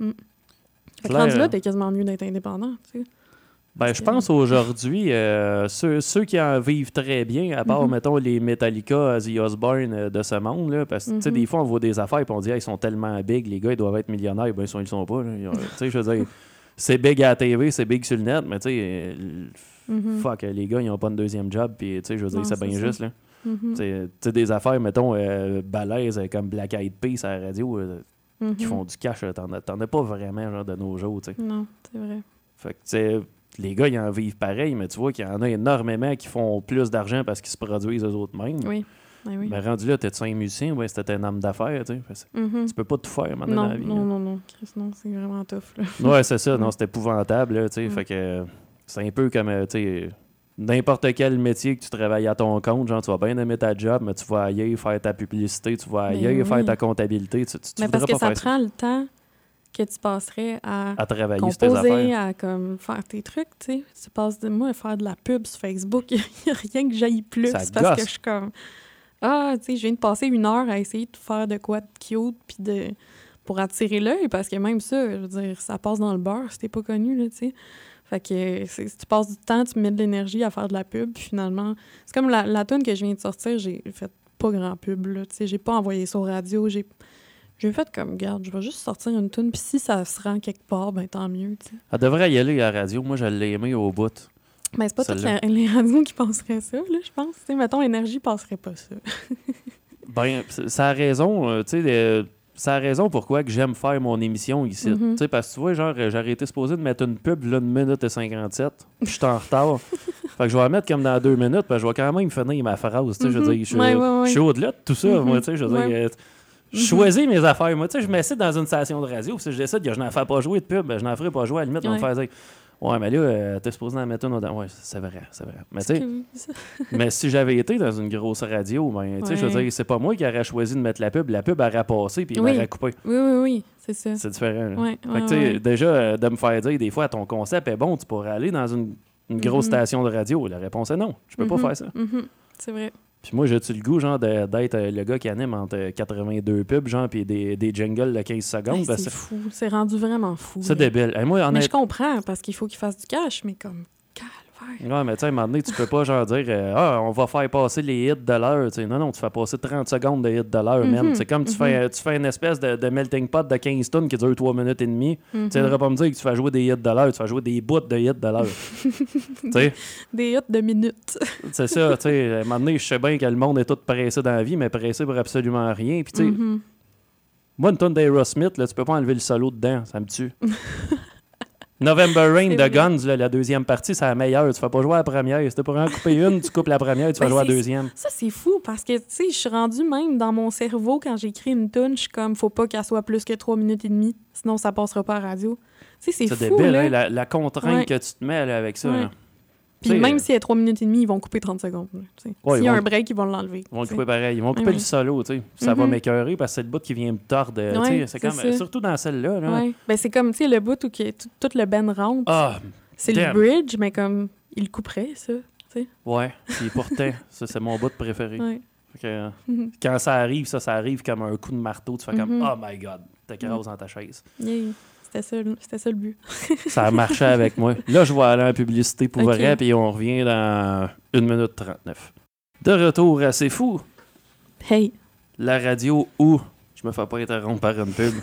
Fait que rendu là, t'es quasiment mieux d'être indépendant, tu sais. Ben, je pense aujourd'hui, ceux qui en vivent très bien, à part, mettons, les Metallica, The Osbourne de ce monde, là, parce que, tu sais, des fois, on voit des affaires et on dit, ils sont tellement big, les gars, ils doivent être millionnaires. Ben, ils sont pas. Tu sais, je veux dire, c'est big à la TV, c'est big sur le net, mais tu sais, fuck, les gars, ils n'ont pas une deuxième job, puis, tu sais, je veux dire, c'est bien juste, là. Tu sais, des affaires, mettons, balèzes comme Black Eyed Peas à la radio, qui font du cash, t'en as pas vraiment, genre, de nos jours, tu sais. Non, c'est vrai. Fait que, tu sais, les gars, ils en vivent pareil, mais tu vois qu'il y en a énormément qui font plus d'argent parce qu'ils se produisent eux-mêmes. Oui. Ben oui. Mais rendu là, t'es-tu un musicien? Ouais, c'était un homme d'affaires, tu sais. Tu peux pas tout faire, maintenant, dans la vie. Non. Chris, non, c'est vraiment tough, là. Ouais, c'est ça. Non, c'est épouvantable, là, tu sais. Fait que c'est un peu comme, tu sais, n'importe quel métier que tu travailles à ton compte, genre, tu vas bien aimer ta job, mais tu vas ailleurs faire ta publicité, tu vas ailleurs faire ta comptabilité. Tu mais parce que ça prend le temps que tu passerais à travailler composer, sur tes affaires. à comme, faire tes trucs, tu sais. Tu passes de moi à faire de la pub sur Facebook, il n'y a rien que j'aille plus. Ça c'est parce gosse. que je suis comme, tu sais, je viens de passer 1 heure à essayer de faire de quoi de cute puis pour attirer l'œil, parce que même ça, je veux dire, ça passe dans le beurre si t'es pas connu, là, tu sais. Fait que tu passes du temps, tu mets de l'énergie à faire de la pub, puis finalement, c'est comme la toune que je viens de sortir, j'ai fait pas grand pub, là, tu sais, j'ai pas envoyé ça aux radios, j'ai fait comme, regarde, je vais juste sortir une toune, puis si ça se rend quelque part, ben tant mieux, tu sais. Elle devrait y aller à la radio. Moi, je l'ai aimé au bout. Mais c'est pas toutes les radios qui penseraient ça, là, je pense. Tu sais, mettons, Énergie passerait pas ça. Ben, ça a raison, tu sais, ça a raison pourquoi que j'aime faire mon émission ici. Tu sais, parce que tu vois, genre, j'aurais été supposé de mettre une pub, là, 1 minute et 57, puis je suis en retard. Fait que je vais la mettre comme dans 2 minutes, puis je vais quand même finir ma phrase, tu sais, je veux dire, je suis au-delà de tout ça, moi, tu sais, je veux dire... Je choisis mes affaires. Moi, tu sais, je m'assieds dans une station de radio. Si je décide que je n'en fais pas jouer de pub, ben, je n'en ferai pas jouer. À la limite, on va faire dire, ouais, mais là, t'es supposé en mettre une autre. Ouais, c'est vrai. Mais tu sais, mais si j'avais été dans une grosse radio, ben, tu sais, je veux dire, c'est pas moi qui aurais choisi de mettre la pub aurait passé puis il m'aurait coupé. Oui, c'est ça. C'est différent. Ouais, fait que, tu sais, déjà, de me faire dire des fois, ton concept est bon, tu pourrais aller dans une grosse station de radio. La réponse est non. Je peux pas faire ça. C'est vrai. Puis moi, j'ai-tu le goût, genre, d'être le gars qui anime entre 82 pubs, genre, puis des jingles de 15 secondes. Ben, c'est fou. C'est rendu vraiment fou. C'est débile. Et moi, mais je comprends, parce qu'il faut qu'il fasse du cash, mais comme, calvaire. Ouais, mais tu sais, à un moment donné, tu peux pas, genre, dire, on va faire passer les hits de l'heure. Non, tu fais passer 30 secondes de hits de l'heure, même. C'est comme tu fais une espèce de melting pot de 15 tonnes qui dure 3 minutes et demie. Tu ne pas me dire que tu fais jouer des hits de l'heure, tu fais jouer des bouts de hits de l'heure. Tu sais? Des hits de minutes. C'est ça, tu sais. À un moment donné, je sais bien que le monde est tout pressé dans la vie, mais pressé pour absolument rien. Puis, tu sais, moi, une tonne d'Aerosmith, là, tu peux pas enlever le solo dedans, ça me tue. November Rain C'est de vrai. Guns, là, la deuxième partie, c'est la meilleure. Tu fais pas jouer à la première. Si t'es pour en couper une, tu coupes la première, tu vas Ben, jouer à la c'est- deuxième. Ça, c'est fou parce que, tu sais, je suis rendue même dans mon cerveau quand j'écris une tune, je suis comme, faut pas qu'elle soit plus que 3 minutes et demie, sinon ça passera pas à la radio. Tu sais, c'est C'est fou, débile, là. hein, la contrainte Ouais. que tu te mets là, avec ça. Ouais. là. Puis Tu sais, même s'il y a 3 minutes et demie, ils vont couper 30 secondes. là, tu sais. Ouais, S'il ils y a vont- un break, ils vont l'enlever. Ils vont le tu sais. couper pareil. Ils vont couper Ouais, le ouais. solo, tu sais. Ça va Mhm. m'écœurer parce que c'est le bout qui vient me tordre. Tu Ouais, sais, c'est c'est comme... ça. Surtout dans celle-là. Là. Ouais. Ben, c'est comme, tu sais, le bout où tout le band rentre, Ah, c'est damn. le bridge, mais comme, il le couperait, ça. Tu sais. ouais. Puis pourtant, ça, c'est mon bout préféré. Ouais. Fait que, Mhm. quand ça arrive comme un coup de marteau. Tu fais comme, Mhm. oh my God, t'écrases dans ta chaise. Yeah. C'était ça le but. Ça a marché avec moi. Là, je vais aller en publicité pour Ok. vrai, puis on revient dans 1 minute 39. De retour à C'est fou, Hey! la radio où je me fais pas interrompre par une pub.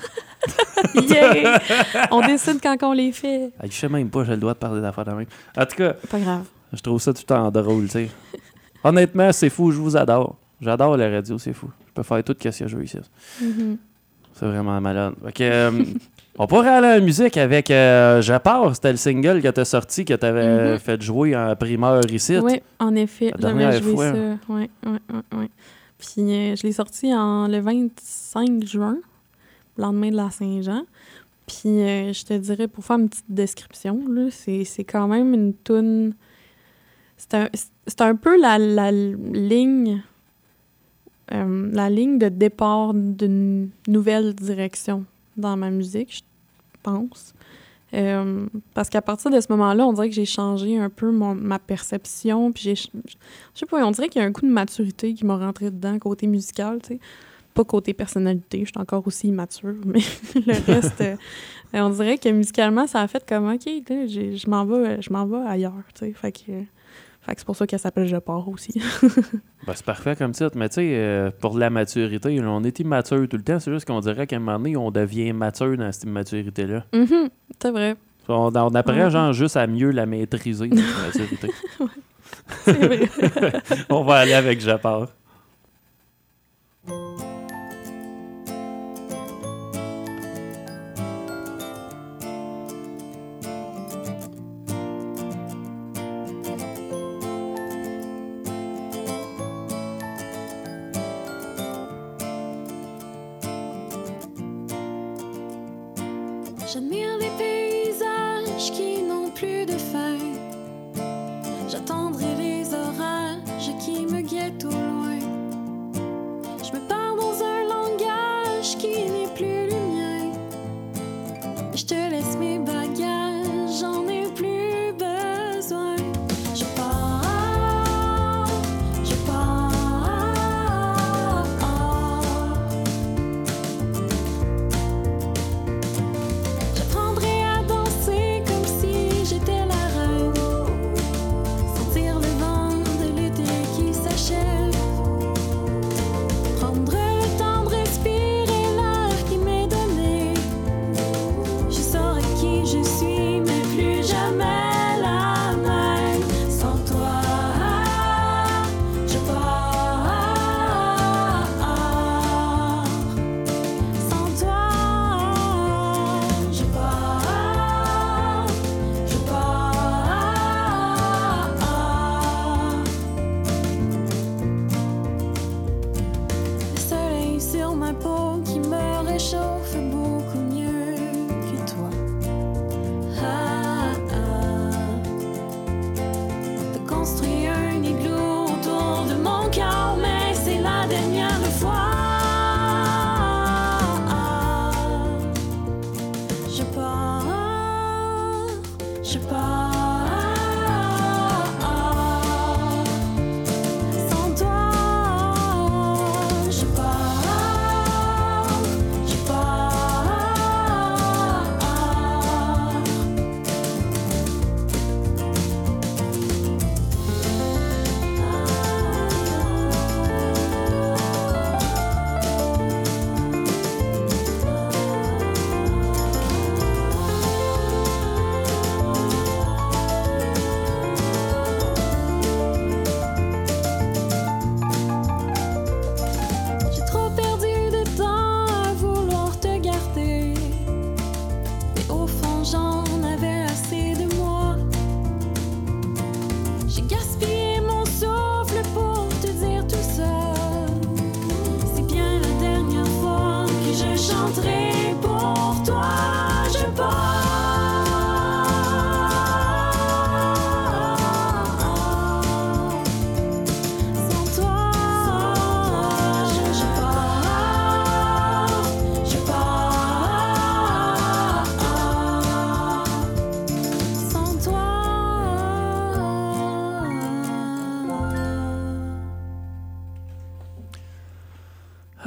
Yeah! On décide quand on les fait. Hey, je sais même pas, j'ai le droit de parler d'affaires de même. En tout cas, Pas grave. je trouve ça tout le temps drôle, tu sais. Honnêtement, C'est fou, je vous adore. J'adore la radio, C'est fou. Je peux faire tout ce que je veux ici. Mhm. C'est vraiment malade. Fait que, on pourrait aller à la musique avec Je pars, c'était le single que t'as sorti, que t'avais Mhm. fait jouer en primeur ici. Oui, en effet. La dernière J'avais joué fois. ça. Oui. Puis je l'ai sorti le 25 juin, le lendemain de la Saint-Jean. Puis je te dirais, pour faire une petite description, là, c'est quand même une toune... C'est un peu la ligne... la ligne de départ d'une nouvelle direction dans ma musique, je pense. Parce qu'à partir de ce moment-là, on dirait que j'ai changé un peu ma perception. Puis je sais pas, on dirait qu'il y a un coup de maturité qui m'a rentré dedans, côté musical, tu sais. Pas côté personnalité, je suis encore aussi immature, mais le reste, on dirait que musicalement, ça a fait comme, OK, là, je m'en vais ailleurs, tu sais. Fait que c'est pour ça qu'elle s'appelle Je pars aussi. Ben, c'est parfait comme titre, mais tu sais, pour la maturité, là, on est immature tout le temps. C'est juste qu'on dirait qu'à un moment donné, on devient mature dans cette immaturité-là. Mhm, c'est vrai. On apprend Ouais. genre juste à mieux la maîtriser, notre maturité. C'est vrai. On va aller avec Je pars. J'admire les paysages qui n'ont plus de fin. J'attendrai les orages qui me guettent au loin. Je me perds dans un langage qui n'est plus le mien. Je te laisse mes bagages, j'en ai plus besoin. Je pars, je pars. Je prendrai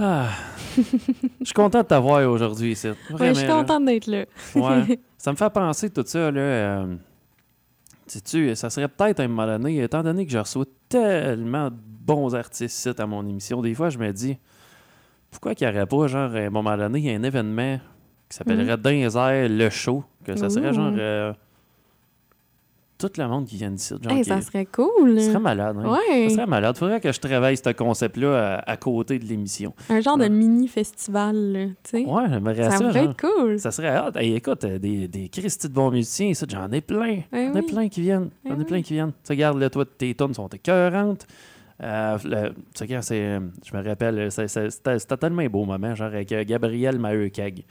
Je suis content de t'avoir aujourd'hui ici. Ouais, je suis contente d'être là. Ouais. Ça me fait penser tout ça, là. Sais-tu, ça serait peut-être à un moment donné, étant donné que je reçois tellement de bons artistes ici à mon émission, des fois, je me dis, pourquoi qu'il n'y aurait pas, genre, à un moment donné, il y a un événement qui s'appellerait Dans les airs, le show, que ça serait genre... tout le monde qui vient d'ici. Hey, ça serait cool. Ça serait malade. Hein? Ouais. Ça serait malade. Faudrait que je travaille ce concept-là à côté de l'émission. Un genre de mini-festival, tu sais. Ouais, j'aimerais ça. Ça pourrait être cool. Ça serait hot. Hey, écoute, des Christy de bons musiciens, ça, j'en ai plein. J'en ai plein qui viennent. J'en ai plein qui viennent. Tu sais, regarde, là, toi, tes tunes sont écœurantes. Tu sais, quand je me rappelle, c'était tellement un beau moment, genre avec Gabriel Maheu-Keg.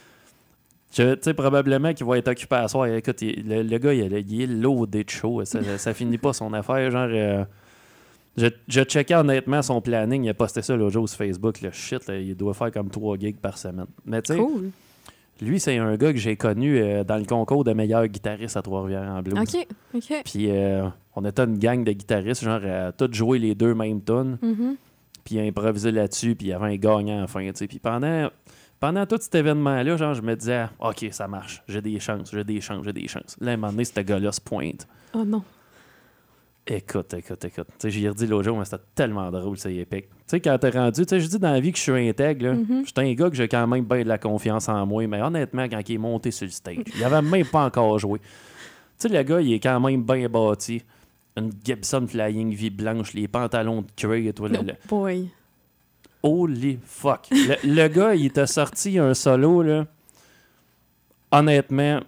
Tu sais, probablement qu'il va être occupé à soir. Écoute, le gars, il est loadé de show. Ça finit pas son affaire. Genre, je checkais honnêtement son planning. Il a posté ça l'autre jour sur Facebook. Là, shit, là, il doit faire comme 3 gigs par semaine. Mais tu sais, lui, c'est un gars que j'ai connu dans le concours de meilleur guitariste à Trois-Rivières en blues. OK. Puis on était une gang de guitaristes, genre à tous jouer les deux mêmes tunes. Puis improviser là-dessus. Puis il y avait un gagnant enfin. Puis pendant tout cet événement-là, genre, je me disais, OK, ça marche, j'ai des chances. Là, à un moment donné, ce gars-là se pointe. Oh non. Écoute. Tu sais, j'y ai redit l'autre jour, mais c'était tellement drôle, c'est épique. Tu sais, quand t'es rendu, tu sais, je dis dans la vie que je suis intègre, j'étais un gars que j'ai quand même bien de la confiance en moi, mais honnêtement, quand il est monté sur le stage, il avait même pas encore joué. Tu sais, le gars, il est quand même bien bâti. Une Gibson Flying V blanche, les pantalons de cuir et tout. Boy. Holy fuck. Le gars, il t'a sorti un solo, là. Honnêtement,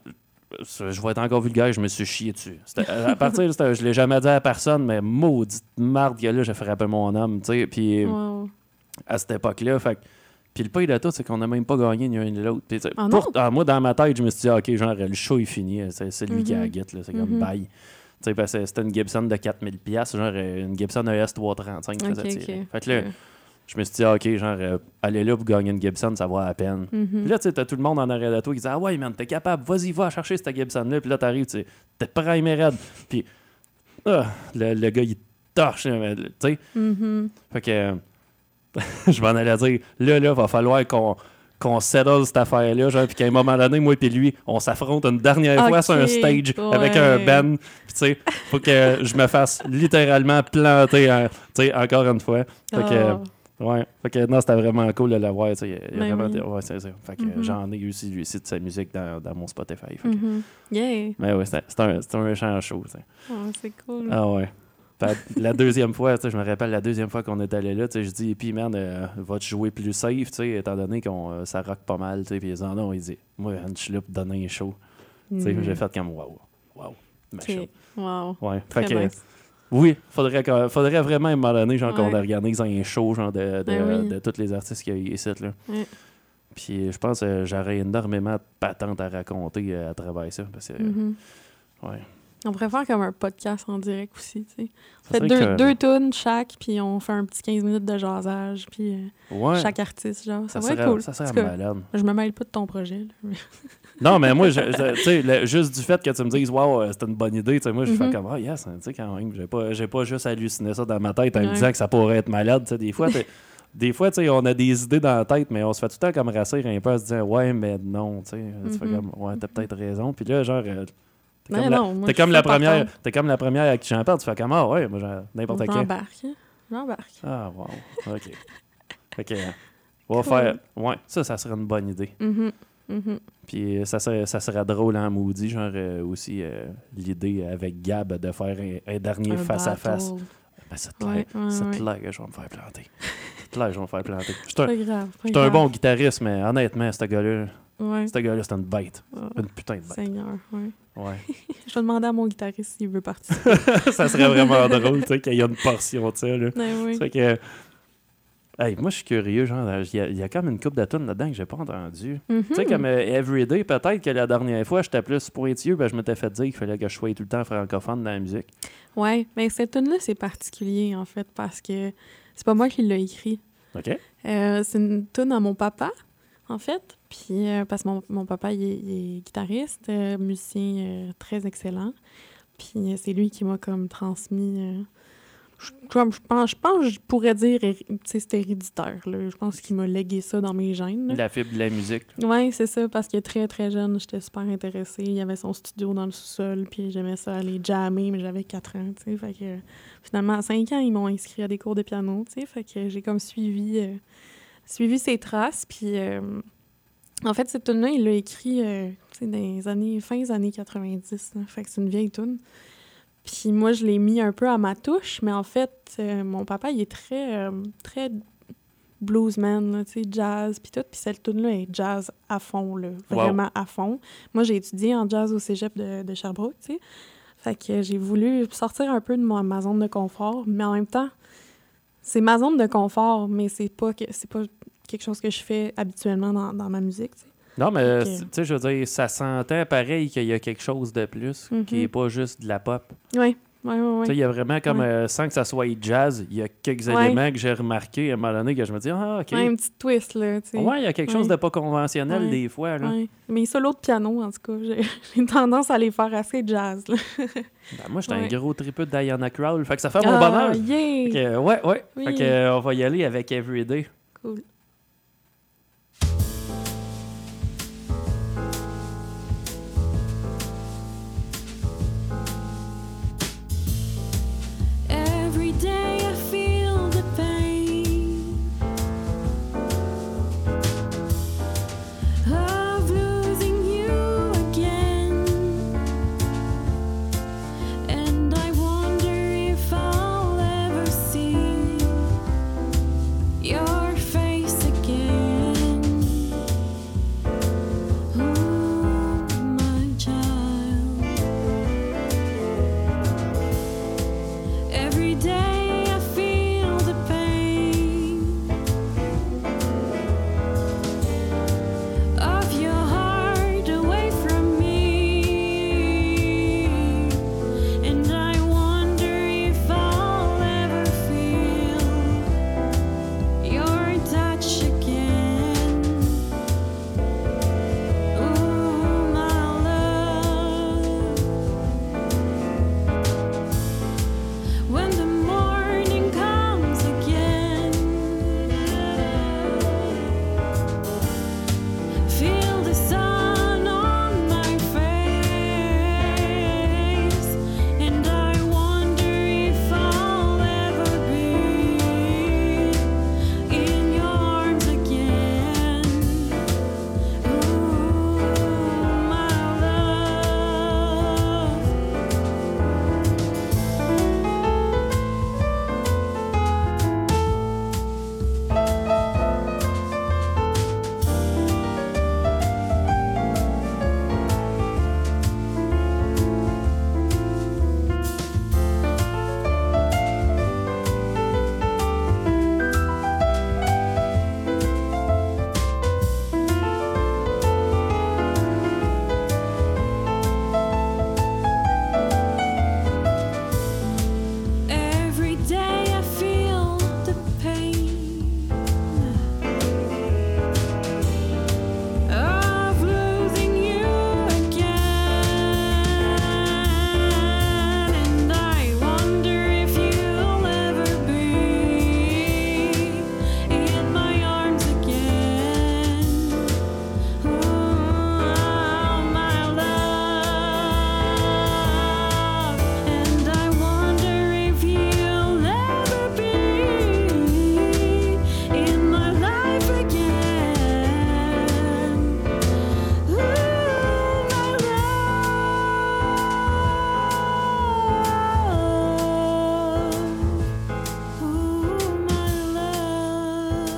je vais être encore vulgaire, je me suis chié dessus. À partir de je l'ai jamais dit à personne, mais maudite marde, là, j'ai frappé mon âme, tu sais. Puis à cette époque-là, fait puis le pire de tout, c'est qu'on n'a même pas gagné ni un ni l'autre. Puis, moi, dans ma tête, je me suis dit, OK, genre, le show est fini, c'est lui qui a la guette, là. C'est comme bye. Tu sais, parce que c'était une Gibson de 4000$, genre une Gibson ES 335 qui faisait tirer. Fait que là, je me suis dit, OK, genre, allez là pour gagner une Gibson, ça vaut la peine. Puis là, tu sais, t'as tout le monde en arrière de toi qui dit, ah ouais, man, t'es capable, vas-y, va chercher cette Gibson-là. Puis là, t'arrives, tu sais, t'es prêt et raide. Puis le gars, il torche, tu sais. Fait que je m'en allais dire, là, va falloir qu'on settle cette affaire-là, genre, puis qu'à un moment donné, moi et lui, on s'affronte une dernière fois sur un stage avec un band. Puis, tu sais, faut que je me fasse littéralement planter, tu sais, encore une fois. Fait que, fait que non, c'était vraiment cool de l'avoir, tu sais. Ouais, c'est ça. Fait que j'en ai aussi, lui, de sa musique dans mon Spotify. Fait que, yeah! Mais ouais, c'était un méchant show, tu sais. Oh, c'est cool. Ah ouais. La deuxième fois, je me rappelle la deuxième fois qu'on est allé là, je dis, puis man, va-tu jouer plus safe, étant donné qu'on ça rock pas mal, puis ils disent, non, il dit, moi, je suis là pour donner un show. J'ai fait comme, wow, okay. Wow. Ouais, fait que, oui, faudrait vraiment à un moment donné, genre, qu'on organise un show, genre, de tous les artistes qu'il y a ici, là. Puis je pense que j'aurais énormément de patentes à raconter à travers ça, parce que, On pourrait faire comme un podcast en direct aussi, tu sais. On fait deux tunes chaque, puis on fait un petit 15 minutes de jasage, puis chaque artiste, genre. Ça va être cool. Ça serait malade. Je me mêle pas de ton projet, là. Non, mais moi, tu sais, juste du fait que tu me dises, wow, c'était une bonne idée, tu sais, moi, je fais comme, yes, tu sais, quand même, j'ai pas juste halluciné ça dans ma tête en me disant que ça pourrait être malade, tu sais, des fois, tu sais, on a des idées dans la tête, mais on se fait tout le temps comme rassurer un peu en se disant, ouais, mais non, tu sais, tu fais comme, ouais, t'as peut-être raison, puis là, genre, t'es comme la première à qui j'en parle, tu fais comme, ah ouais, moi, n'importe qui. J'embarque. Ah, wow, OK. Fait que, on va faire, ça serait une bonne idée. Puis ça serait drôle en maudit, genre aussi l'idée avec Gab de faire un dernier face-à-face. Ben, c'est clair que je vais me faire planter. Je suis un bon guitariste, mais honnêtement, ce gars-là, c'est une bête. Une putain de bête. Seigneur, ouais. Je vais demander à mon guitariste s'il veut participer. Ça serait vraiment drôle, tu sais, qu'il y a une portion de ça, là. C'est que... Hey, moi, je suis curieux, genre, il y a comme une couple de tunes là-dedans que j'ai pas entendu. Tu sais, comme Everyday, peut-être que la dernière fois, j'étais plus pointilleux, je m'étais fait dire qu'il fallait que je sois tout le temps francophone dans la musique. Ouais, mais cette tune-là, c'est particulier, en fait, parce que c'est pas moi qui l'ai écrit. OK. C'est une tune à mon papa, en fait, puis parce que mon papa, il est guitariste, musicien très excellent, puis c'est lui qui m'a comme transmis Je pense que je pourrais dire, tu sais, c'est héréditaire. Là. Je pense qu'il m'a légué ça dans mes gènes. Là. La fibre de la musique. Oui, c'est ça, parce que très, très jeune, j'étais super intéressée. Il y avait son studio dans le sous-sol, puis j'aimais ça aller jammer, mais j'avais 4 ans, tu sais. Fait que finalement, à 5 ans, ils m'ont inscrit à des cours de piano, tu sais. Fait que j'ai comme suivi ses traces, puis en fait, cette tune-là, il l'a écrit, tu sais, dans les années, fin des années 90, là. Fait que c'est une vieille tune. Puis moi, je l'ai mis un peu à ma touche, mais en fait, mon papa, il est très bluesman, là, tu sais, jazz, puis tout. Puis cette tune-là est jazz à fond, là, vraiment à fond. Moi, j'ai étudié en jazz au cégep de Sherbrooke, tu sais. Fait que j'ai voulu sortir un peu de ma zone de confort, mais en même temps, c'est ma zone de confort, mais c'est pas quelque chose que je fais habituellement dans ma musique, tu sais. Non, mais tu sais, je veux dire, ça s'entend pareil qu'il y a quelque chose de plus, qui n'est pas juste de la pop. Oui. Tu sais, il y a vraiment comme, sans que ça soit jazz, il y a quelques éléments que j'ai remarqués à un moment donné que je me dis, ah, OK. Ouais, un petit twist, là, tu sais. Ouais, il y a quelque chose de pas conventionnel des fois, là. Ouais. Mais solo de piano, en tout cas, j'ai tendance à les faire assez jazz, là. Ben, moi, j'étais un gros tripeux de Diana Krall, fait que ça fait mon bonheur. Yeah! Fait que, ouais. Oui. Fait que, on va y aller avec Everyday. Cool. Every day I feel the pain of losing you again, and I wonder if I'll ever see your face again. Oh, my child. Every day I feel the pain of your heart away from me, and I wonder if I'll ever feel your touch again. Oh, my love. When the morning comes again, feel the sun on my face, and I wonder if I'll ever be in your arms again. Oh, my love. Every day I feel the pain of losing you again, and I wonder if you'll ever be in my arms again. Oh, my love, and I wonder if you'll ever be in my life again. Ooh, my love. Ooh, my love.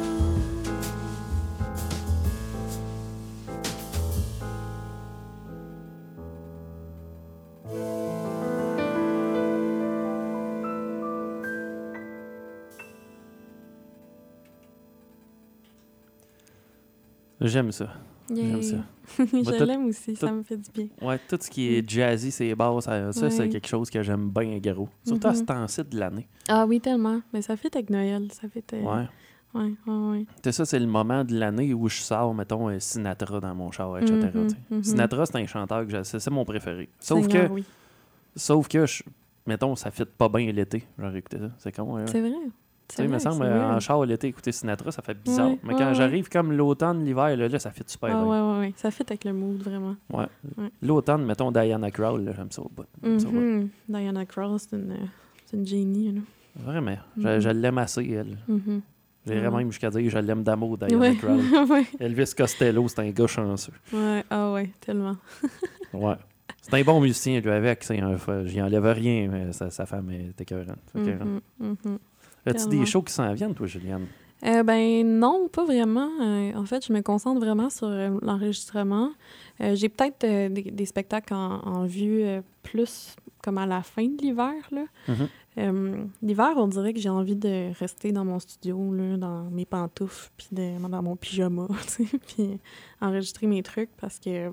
J'aime ça. J'aime ça. Je tout- l'aime aussi, ça tout- me fait du bien. Ouais, tout ce qui est jazzy, c'est basses, ça c'est Ouais. quelque chose que j'aime bien gros. Surtout à ce temps-ci de l'année. Ah oui, tellement. Mais ça fait avec Noël, ça fait... Ouais. Ouais. C'est ça, c'est le moment de l'année où je sors, mettons, Sinatra dans mon char, etc. tu sais. Sinatra, c'est un chanteur que c'est mon préféré. Sauf Seigneur, que, oui. sauf que je mettons, ça fit pas bien l'été. Genre, écouter ça. C'est con, hein? C'est vrai. Tu sais, il me semble, en char l'été, écouter Sinatra, ça fait bizarre. Ouais, Mais quand ouais, j'arrive comme l'automne, l'hiver, là, ça fit super Ah, bien. ouais. Ça fit avec le mood, vraiment. Ouais. Ouais. L'automne, mettons Diana Krall, là, j'aime ça au bout. J'aime ça au bout. Mhm. Diana Krall, c'est une génie, là. Vraiment. Mhm. Je l'aime assez, elle. Mhm. J'irais Ouais. même jusqu'à dire je l'aime d'amour, Diana Ouais. Krall. ouais. Elvis Costello, c'est un gars chanceux. Ouais, ah ouais, tellement. Ouais. C'est un bon musicien, lui, avec. J'y enlève rien, mais sa femme est écœurante. Mhm. As-tu Tellement. des shows qui s'en viennent, toi, Juliane? Ben non, pas vraiment. En fait, je me concentre vraiment sur l'enregistrement. J'ai peut-être des spectacles en vue plus comme à la fin de l'hiver, là. Mhm. L'hiver, on dirait que j'ai envie de rester dans mon studio, là, dans mes pantoufles, puis dans mon pyjama, tu sais, puis enregistrer mes trucs parce que,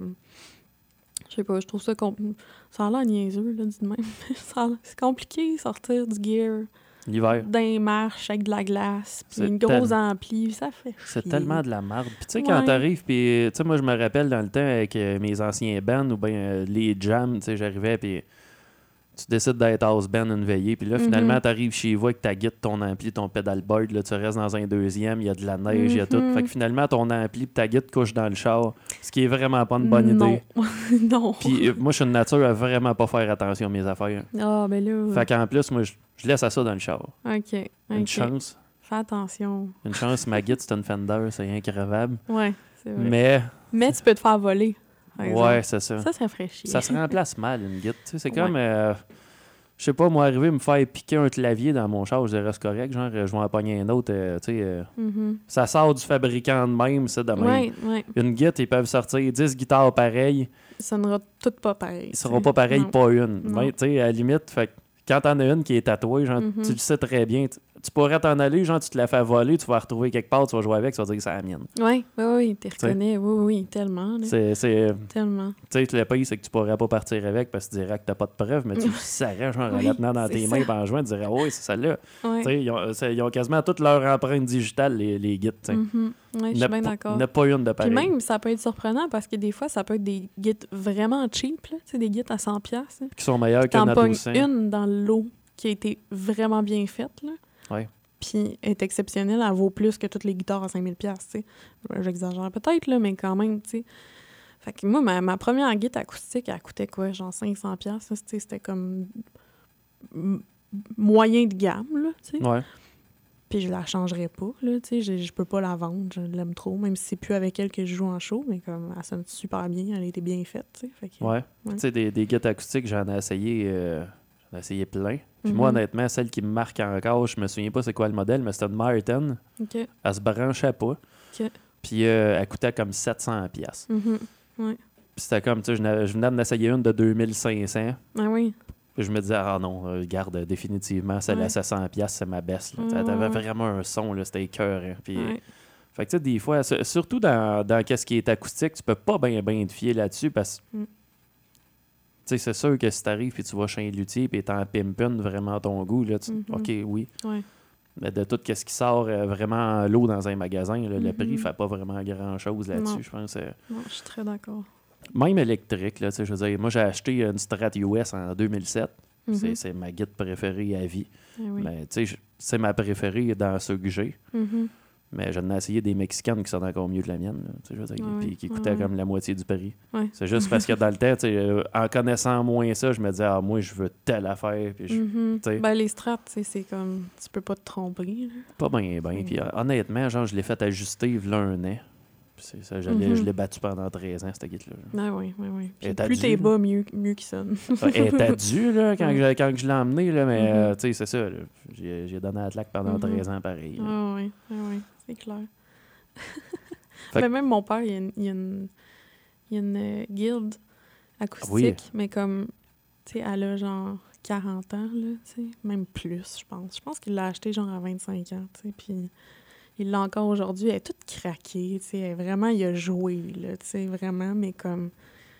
je sais pas, je trouve ça... Ça a l'air niaiseux, là, dit de même. C'est compliqué, sortir du gear L'hiver. d'un marche avec de la glace, puis C'est une grosse ampli, ça fait C'est chier. tellement de la merde. Puis tu sais, quand Ouais. t'arrives, puis tu sais, moi, je me rappelle dans le temps avec mes anciens bands ou bien les jams, tu sais, j'arrivais, puis tu décides d'être house band une veillée, puis là, finalement, t'arrives chez vous avec ta guitare, ton ampli, ton pedalboard, là, tu restes dans un deuxième, il y a de la neige, il y a tout. Fait que finalement, ton ampli et ta guitare couchent dans le char, ce qui est vraiment pas une bonne idée. Non. Puis moi, je suis une nature à vraiment pas faire attention à mes affaires. Ah, ben là... Fait qu'en plus, moi, je laisse à ça dans le char. OK. Une chance. Fais attention. Une chance, ma guitare, c'est une Fender, c'est increvable. Ouais, c'est vrai. Mais, tu peux te faire voler, par exemple. ouais, c'est ça. Ça ferait chier. Ça se remplace mal, une guitare. Tu sais, c'est Ouais. comme, je sais pas, moi, arriver à me faire piquer un clavier dans mon char, je dirais c'est correct. Genre, je vais en pogner un autre. Tu sais, ça sort du fabricant de même, ça, de même. Ouais. Une guitare, ils peuvent sortir 10 guitares pareilles. Ça sonnera tout pas pareil. Ils seront pas pareils, Non. pas une. Non. Mais, tu sais, à la limite, fait que quand t'en as une qui est tatouée, genre, tu le sais très bien. Tu pourrais t'en aller, genre, tu te la fais voler, tu vas la retrouver quelque part, tu vas jouer avec, tu vas dire que c'est la mienne. Oui, tu reconnais. Oui, tellement. Là. C'est Tellement. Tu sais, le pays, c'est que tu pourrais pas partir avec parce que tu dirais que t'as pas de preuve, mais tu le saurais, genre, en la tenant dans c'est tes ça. mains, puis en jouant, tu dirais, oui, c'est celle-là. Ouais. Tu sais, ils ont quasiment toute leur empreinte digitale, les guides. tu sais. Ouais, je suis bien d'accord. Il n'y en a pas une de Puis pareil. même, ça peut être surprenant parce que des fois, ça peut être des guides vraiment cheap, là. Tu sais, des guides à 100$. Là. Qui sont meilleurs que T'en notre pognes 1200. une dans le lot qui a été vraiment bien faite, là. Ouais. Puis est exceptionnelle, elle vaut plus que toutes les guitares à 5000$, tu sais. J'exagère peut-être, là, mais quand même, tu sais. Fait que moi, ma première guitare acoustique, elle coûtait quoi? Genre 500$, là, tu sais, c'était comme moyen de gamme, là, tu sais. Ouais. Puis je la changerais pas, là, tu sais. Je peux pas la vendre, je l'aime trop, même si c'est plus avec elle que je joue en show, mais comme elle sonne super bien, elle a été bien faite, tu sais. Fait que, Ouais. Tu sais, des guitares acoustiques, j'en ai essayé plein. Puis moi, honnêtement, celle qui me marque encore, je me souviens pas c'est quoi le modèle, mais c'était une Martin. OK. Elle se branchait pas. OK. Puis elle coûtait comme 700$. Ouais. Puis c'était comme, tu sais, je venais d'en essayer une de 2500$. Ah oui. Puis je me disais, ah non, regarde, définitivement, celle à Ouais. 700$, c'est ma baisse. Là. Ouais, T'avais ouais. vraiment un son, là, c'était écœurant. Puis, Ouais. fait que tu sais, des fois, surtout dans qu'est-ce qui est acoustique, tu peux pas bien te fier là-dessus parce que, tu sais, c'est sûr que si t'arrives et tu vas chez un luthier et t'en pimpin vraiment ton goût, là, OK, oui. Ouais. Mais de tout ce qui sort vraiment en lot dans un magasin, là, le prix fait pas vraiment grand-chose Non. là-dessus, je pense. Non, je suis très d'accord. Même électrique, là, tu sais, je veux dire, moi, j'ai acheté une Strat US en 2007. C'est ma guide préférée à vie. Ah oui. Mais tu sais, c'est ma préférée dans ceux que j'ai. Mais j'en ai essayé des Mexicaines qui sont encore mieux que la mienne. Là, tu sais, je veux dire, Ouais, puis qui coûtaient comme la moitié du prix. Ouais. C'est juste parce que dans le temps, tu sais, en connaissant moins ça, je me disais, ah, moi, je veux telle affaire. Puis tu sais, Ben, les strats, tu sais, c'est comme... Tu peux pas te tromper, là. pas bien. Puis honnêtement, genre, je l'ai fait ajuster il y a un an. Puis c'est ça, je l'ai battu pendant 13 ans, cette guide-là. Ah oui. Puis Et t'as plus dû, t'es là. bas, mieux qu'il sonne. Elle était due, là, quand je l'ai emmené, là, mais tu sais, c'est ça. Là, j'ai donné à la claque pendant 13 ans, pareil. Là. Ah oui, c'est clair. Fait que- Mais même mon père, il y a une guilde acoustique, Oui. mais comme, tu sais, elle a genre 40 ans, là, tu sais, même plus, je pense. Je pense qu'il l'a acheté genre à 25 ans, tu sais, puis il l'a encore aujourd'hui. Elle est toute craquée, tu sais, vraiment, il a joué, là, tu sais, vraiment, mais comme...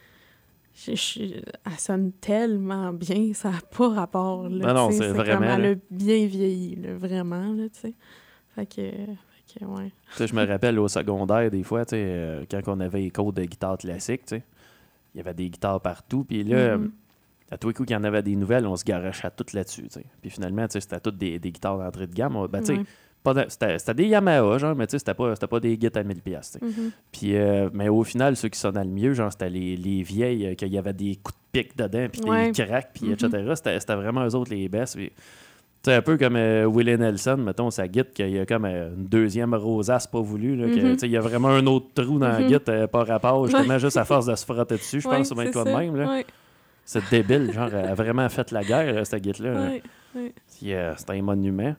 elle sonne tellement bien, ça n'a pas rapport, là, Non, tu sais, c'est comme vraiment, elle là. a bien vieilli, là, vraiment, là, tu sais. Fait que ouais. Tu sais, je me rappelle au secondaire, des fois, tu sais, quand on avait les cours de guitare classique, tu sais, il y avait des guitares partout. Puis là, à tous les coups qu'il y en avait des nouvelles, on se garochait toutes là-dessus. T'sais. Puis finalement, c'était toutes des guitares d'entrée de gamme. Ben, c'était des Yamaha, genre, mais c'était pas des guitares à 1000$. Puis, mais au final, ceux qui sonnaient le mieux, genre, c'était les vieilles, qu'il y avait des coups de pic dedans, puis des cracks, puis etc. C'était vraiment eux autres les best. Puis, un peu comme Willie Nelson, mettons, sa guitare, qu'il y a comme une deuxième rosace pas voulue. Là, il y a vraiment un autre trou dans la guitare par rapport, justement, juste à force de se frotter dessus, je pense, c'est toi de même. Là. C'est débile, genre, elle a vraiment fait la guerre, cette guitare-là. C'est un monument.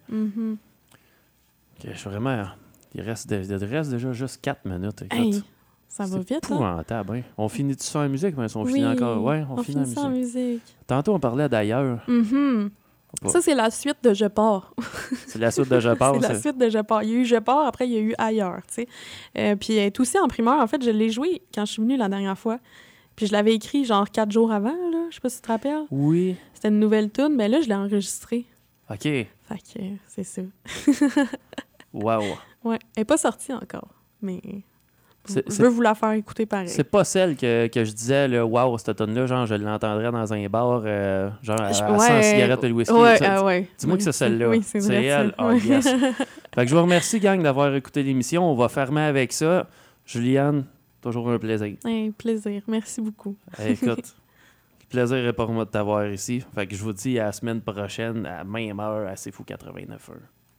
Je suis vraiment... Il reste déjà juste 4 minutes. Écoute. Hey, ça va vite, épouvantable, hein? On finit-tu ça en musique? Mais on finit encore... Ouais, on finit ça en musique. Tantôt, on parlait d'ailleurs. Ça, c'est la suite de Je pars. C'est la suite de Je pars. C'est la suite de Je pars. Il y a eu Je pars, après, il y a eu Ailleurs, tu sais. Puis elle est aussi en primeur. En fait, je l'ai joué quand je suis venue la dernière fois. Puis je l'avais écrit genre 4 jours avant, là. Je sais pas si tu te rappelles. Oui. C'était une nouvelle tune, mais là, je l'ai enregistrée. OK. Fait que c'est ça. Wow. Ouais. Elle n'est pas sortie encore, mais je veux vous la faire écouter pareil. C'est pas celle que je disais, là, wow, cette tune-là, genre, je l'entendrais dans un bar, genre, à 100 cigarettes de whisky. Dis-moi que c'est celle-là. Oui, c'est elle. Oh, yes. Fait que je vous remercie, gang, d'avoir écouté l'émission. On va fermer avec ça. Juliane, toujours un plaisir. Un plaisir. Merci beaucoup. Écoute, le plaisir est pour moi de t'avoir ici. Fait que je vous dis à la semaine prochaine, à même heure, à C'est Fou 89 heures.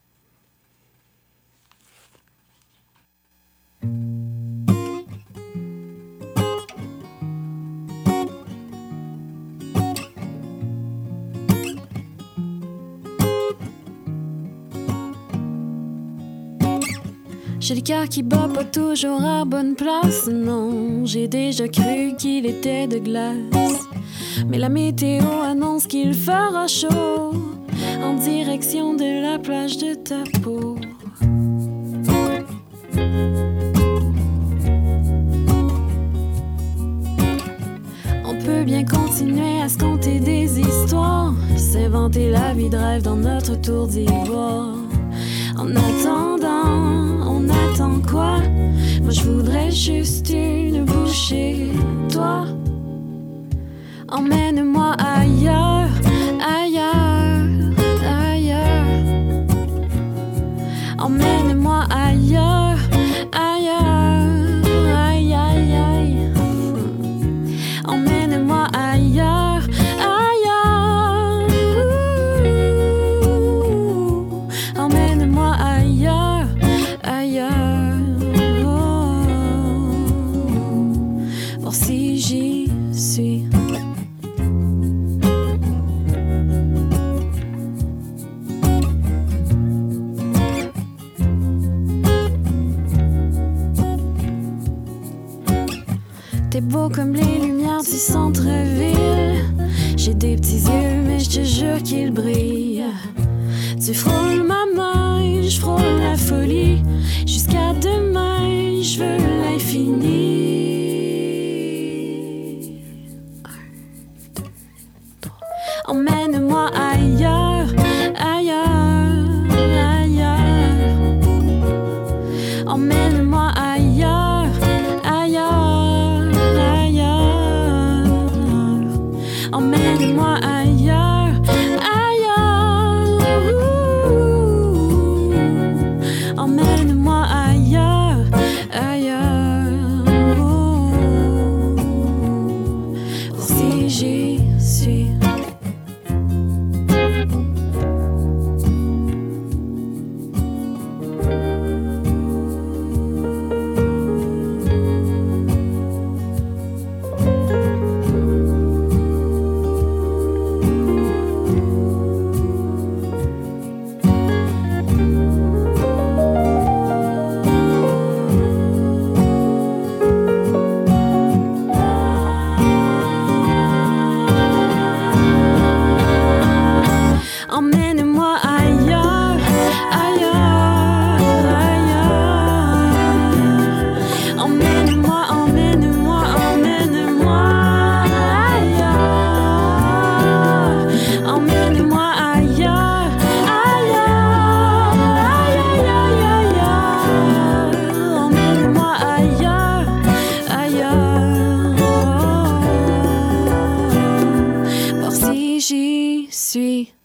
J'ai le cœur qui bat pas toujours à bonne place, non. J'ai déjà cru qu'il était de glace. Mais la météo annonce qu'il fera chaud en direction de la plage de ta peau. On peut bien continuer à se conter des histoires, s'inventer la vie de rêve dans notre tour d'ivoire. En attendant, on attend quoi? Moi je voudrais juste une bouchée, toi. Emmène-moi ailleurs, ailleurs, ailleurs. Emmène-moi ailleurs, ailleurs, aïe, aïe, aïe. Emmène-moi ailleurs, ailleurs. Emmène-moi ailleurs, ailleurs. Voir si j'y suis. T'es beau comme les lumières du centre-ville. J'ai des petits yeux, mais je te jure qu'ils brillent. Tu frôles ma main, je frôle la folie. Jusqu'à demain, je veux l'infini. 1, 2, 3. Emmène-moi ailleurs, ailleurs, ailleurs. Emmène-moi ailleurs, ailleurs, ailleurs. Emmène-moi ailleurs, ailleurs. Emmène-moi ailleurs, ailleurs. suis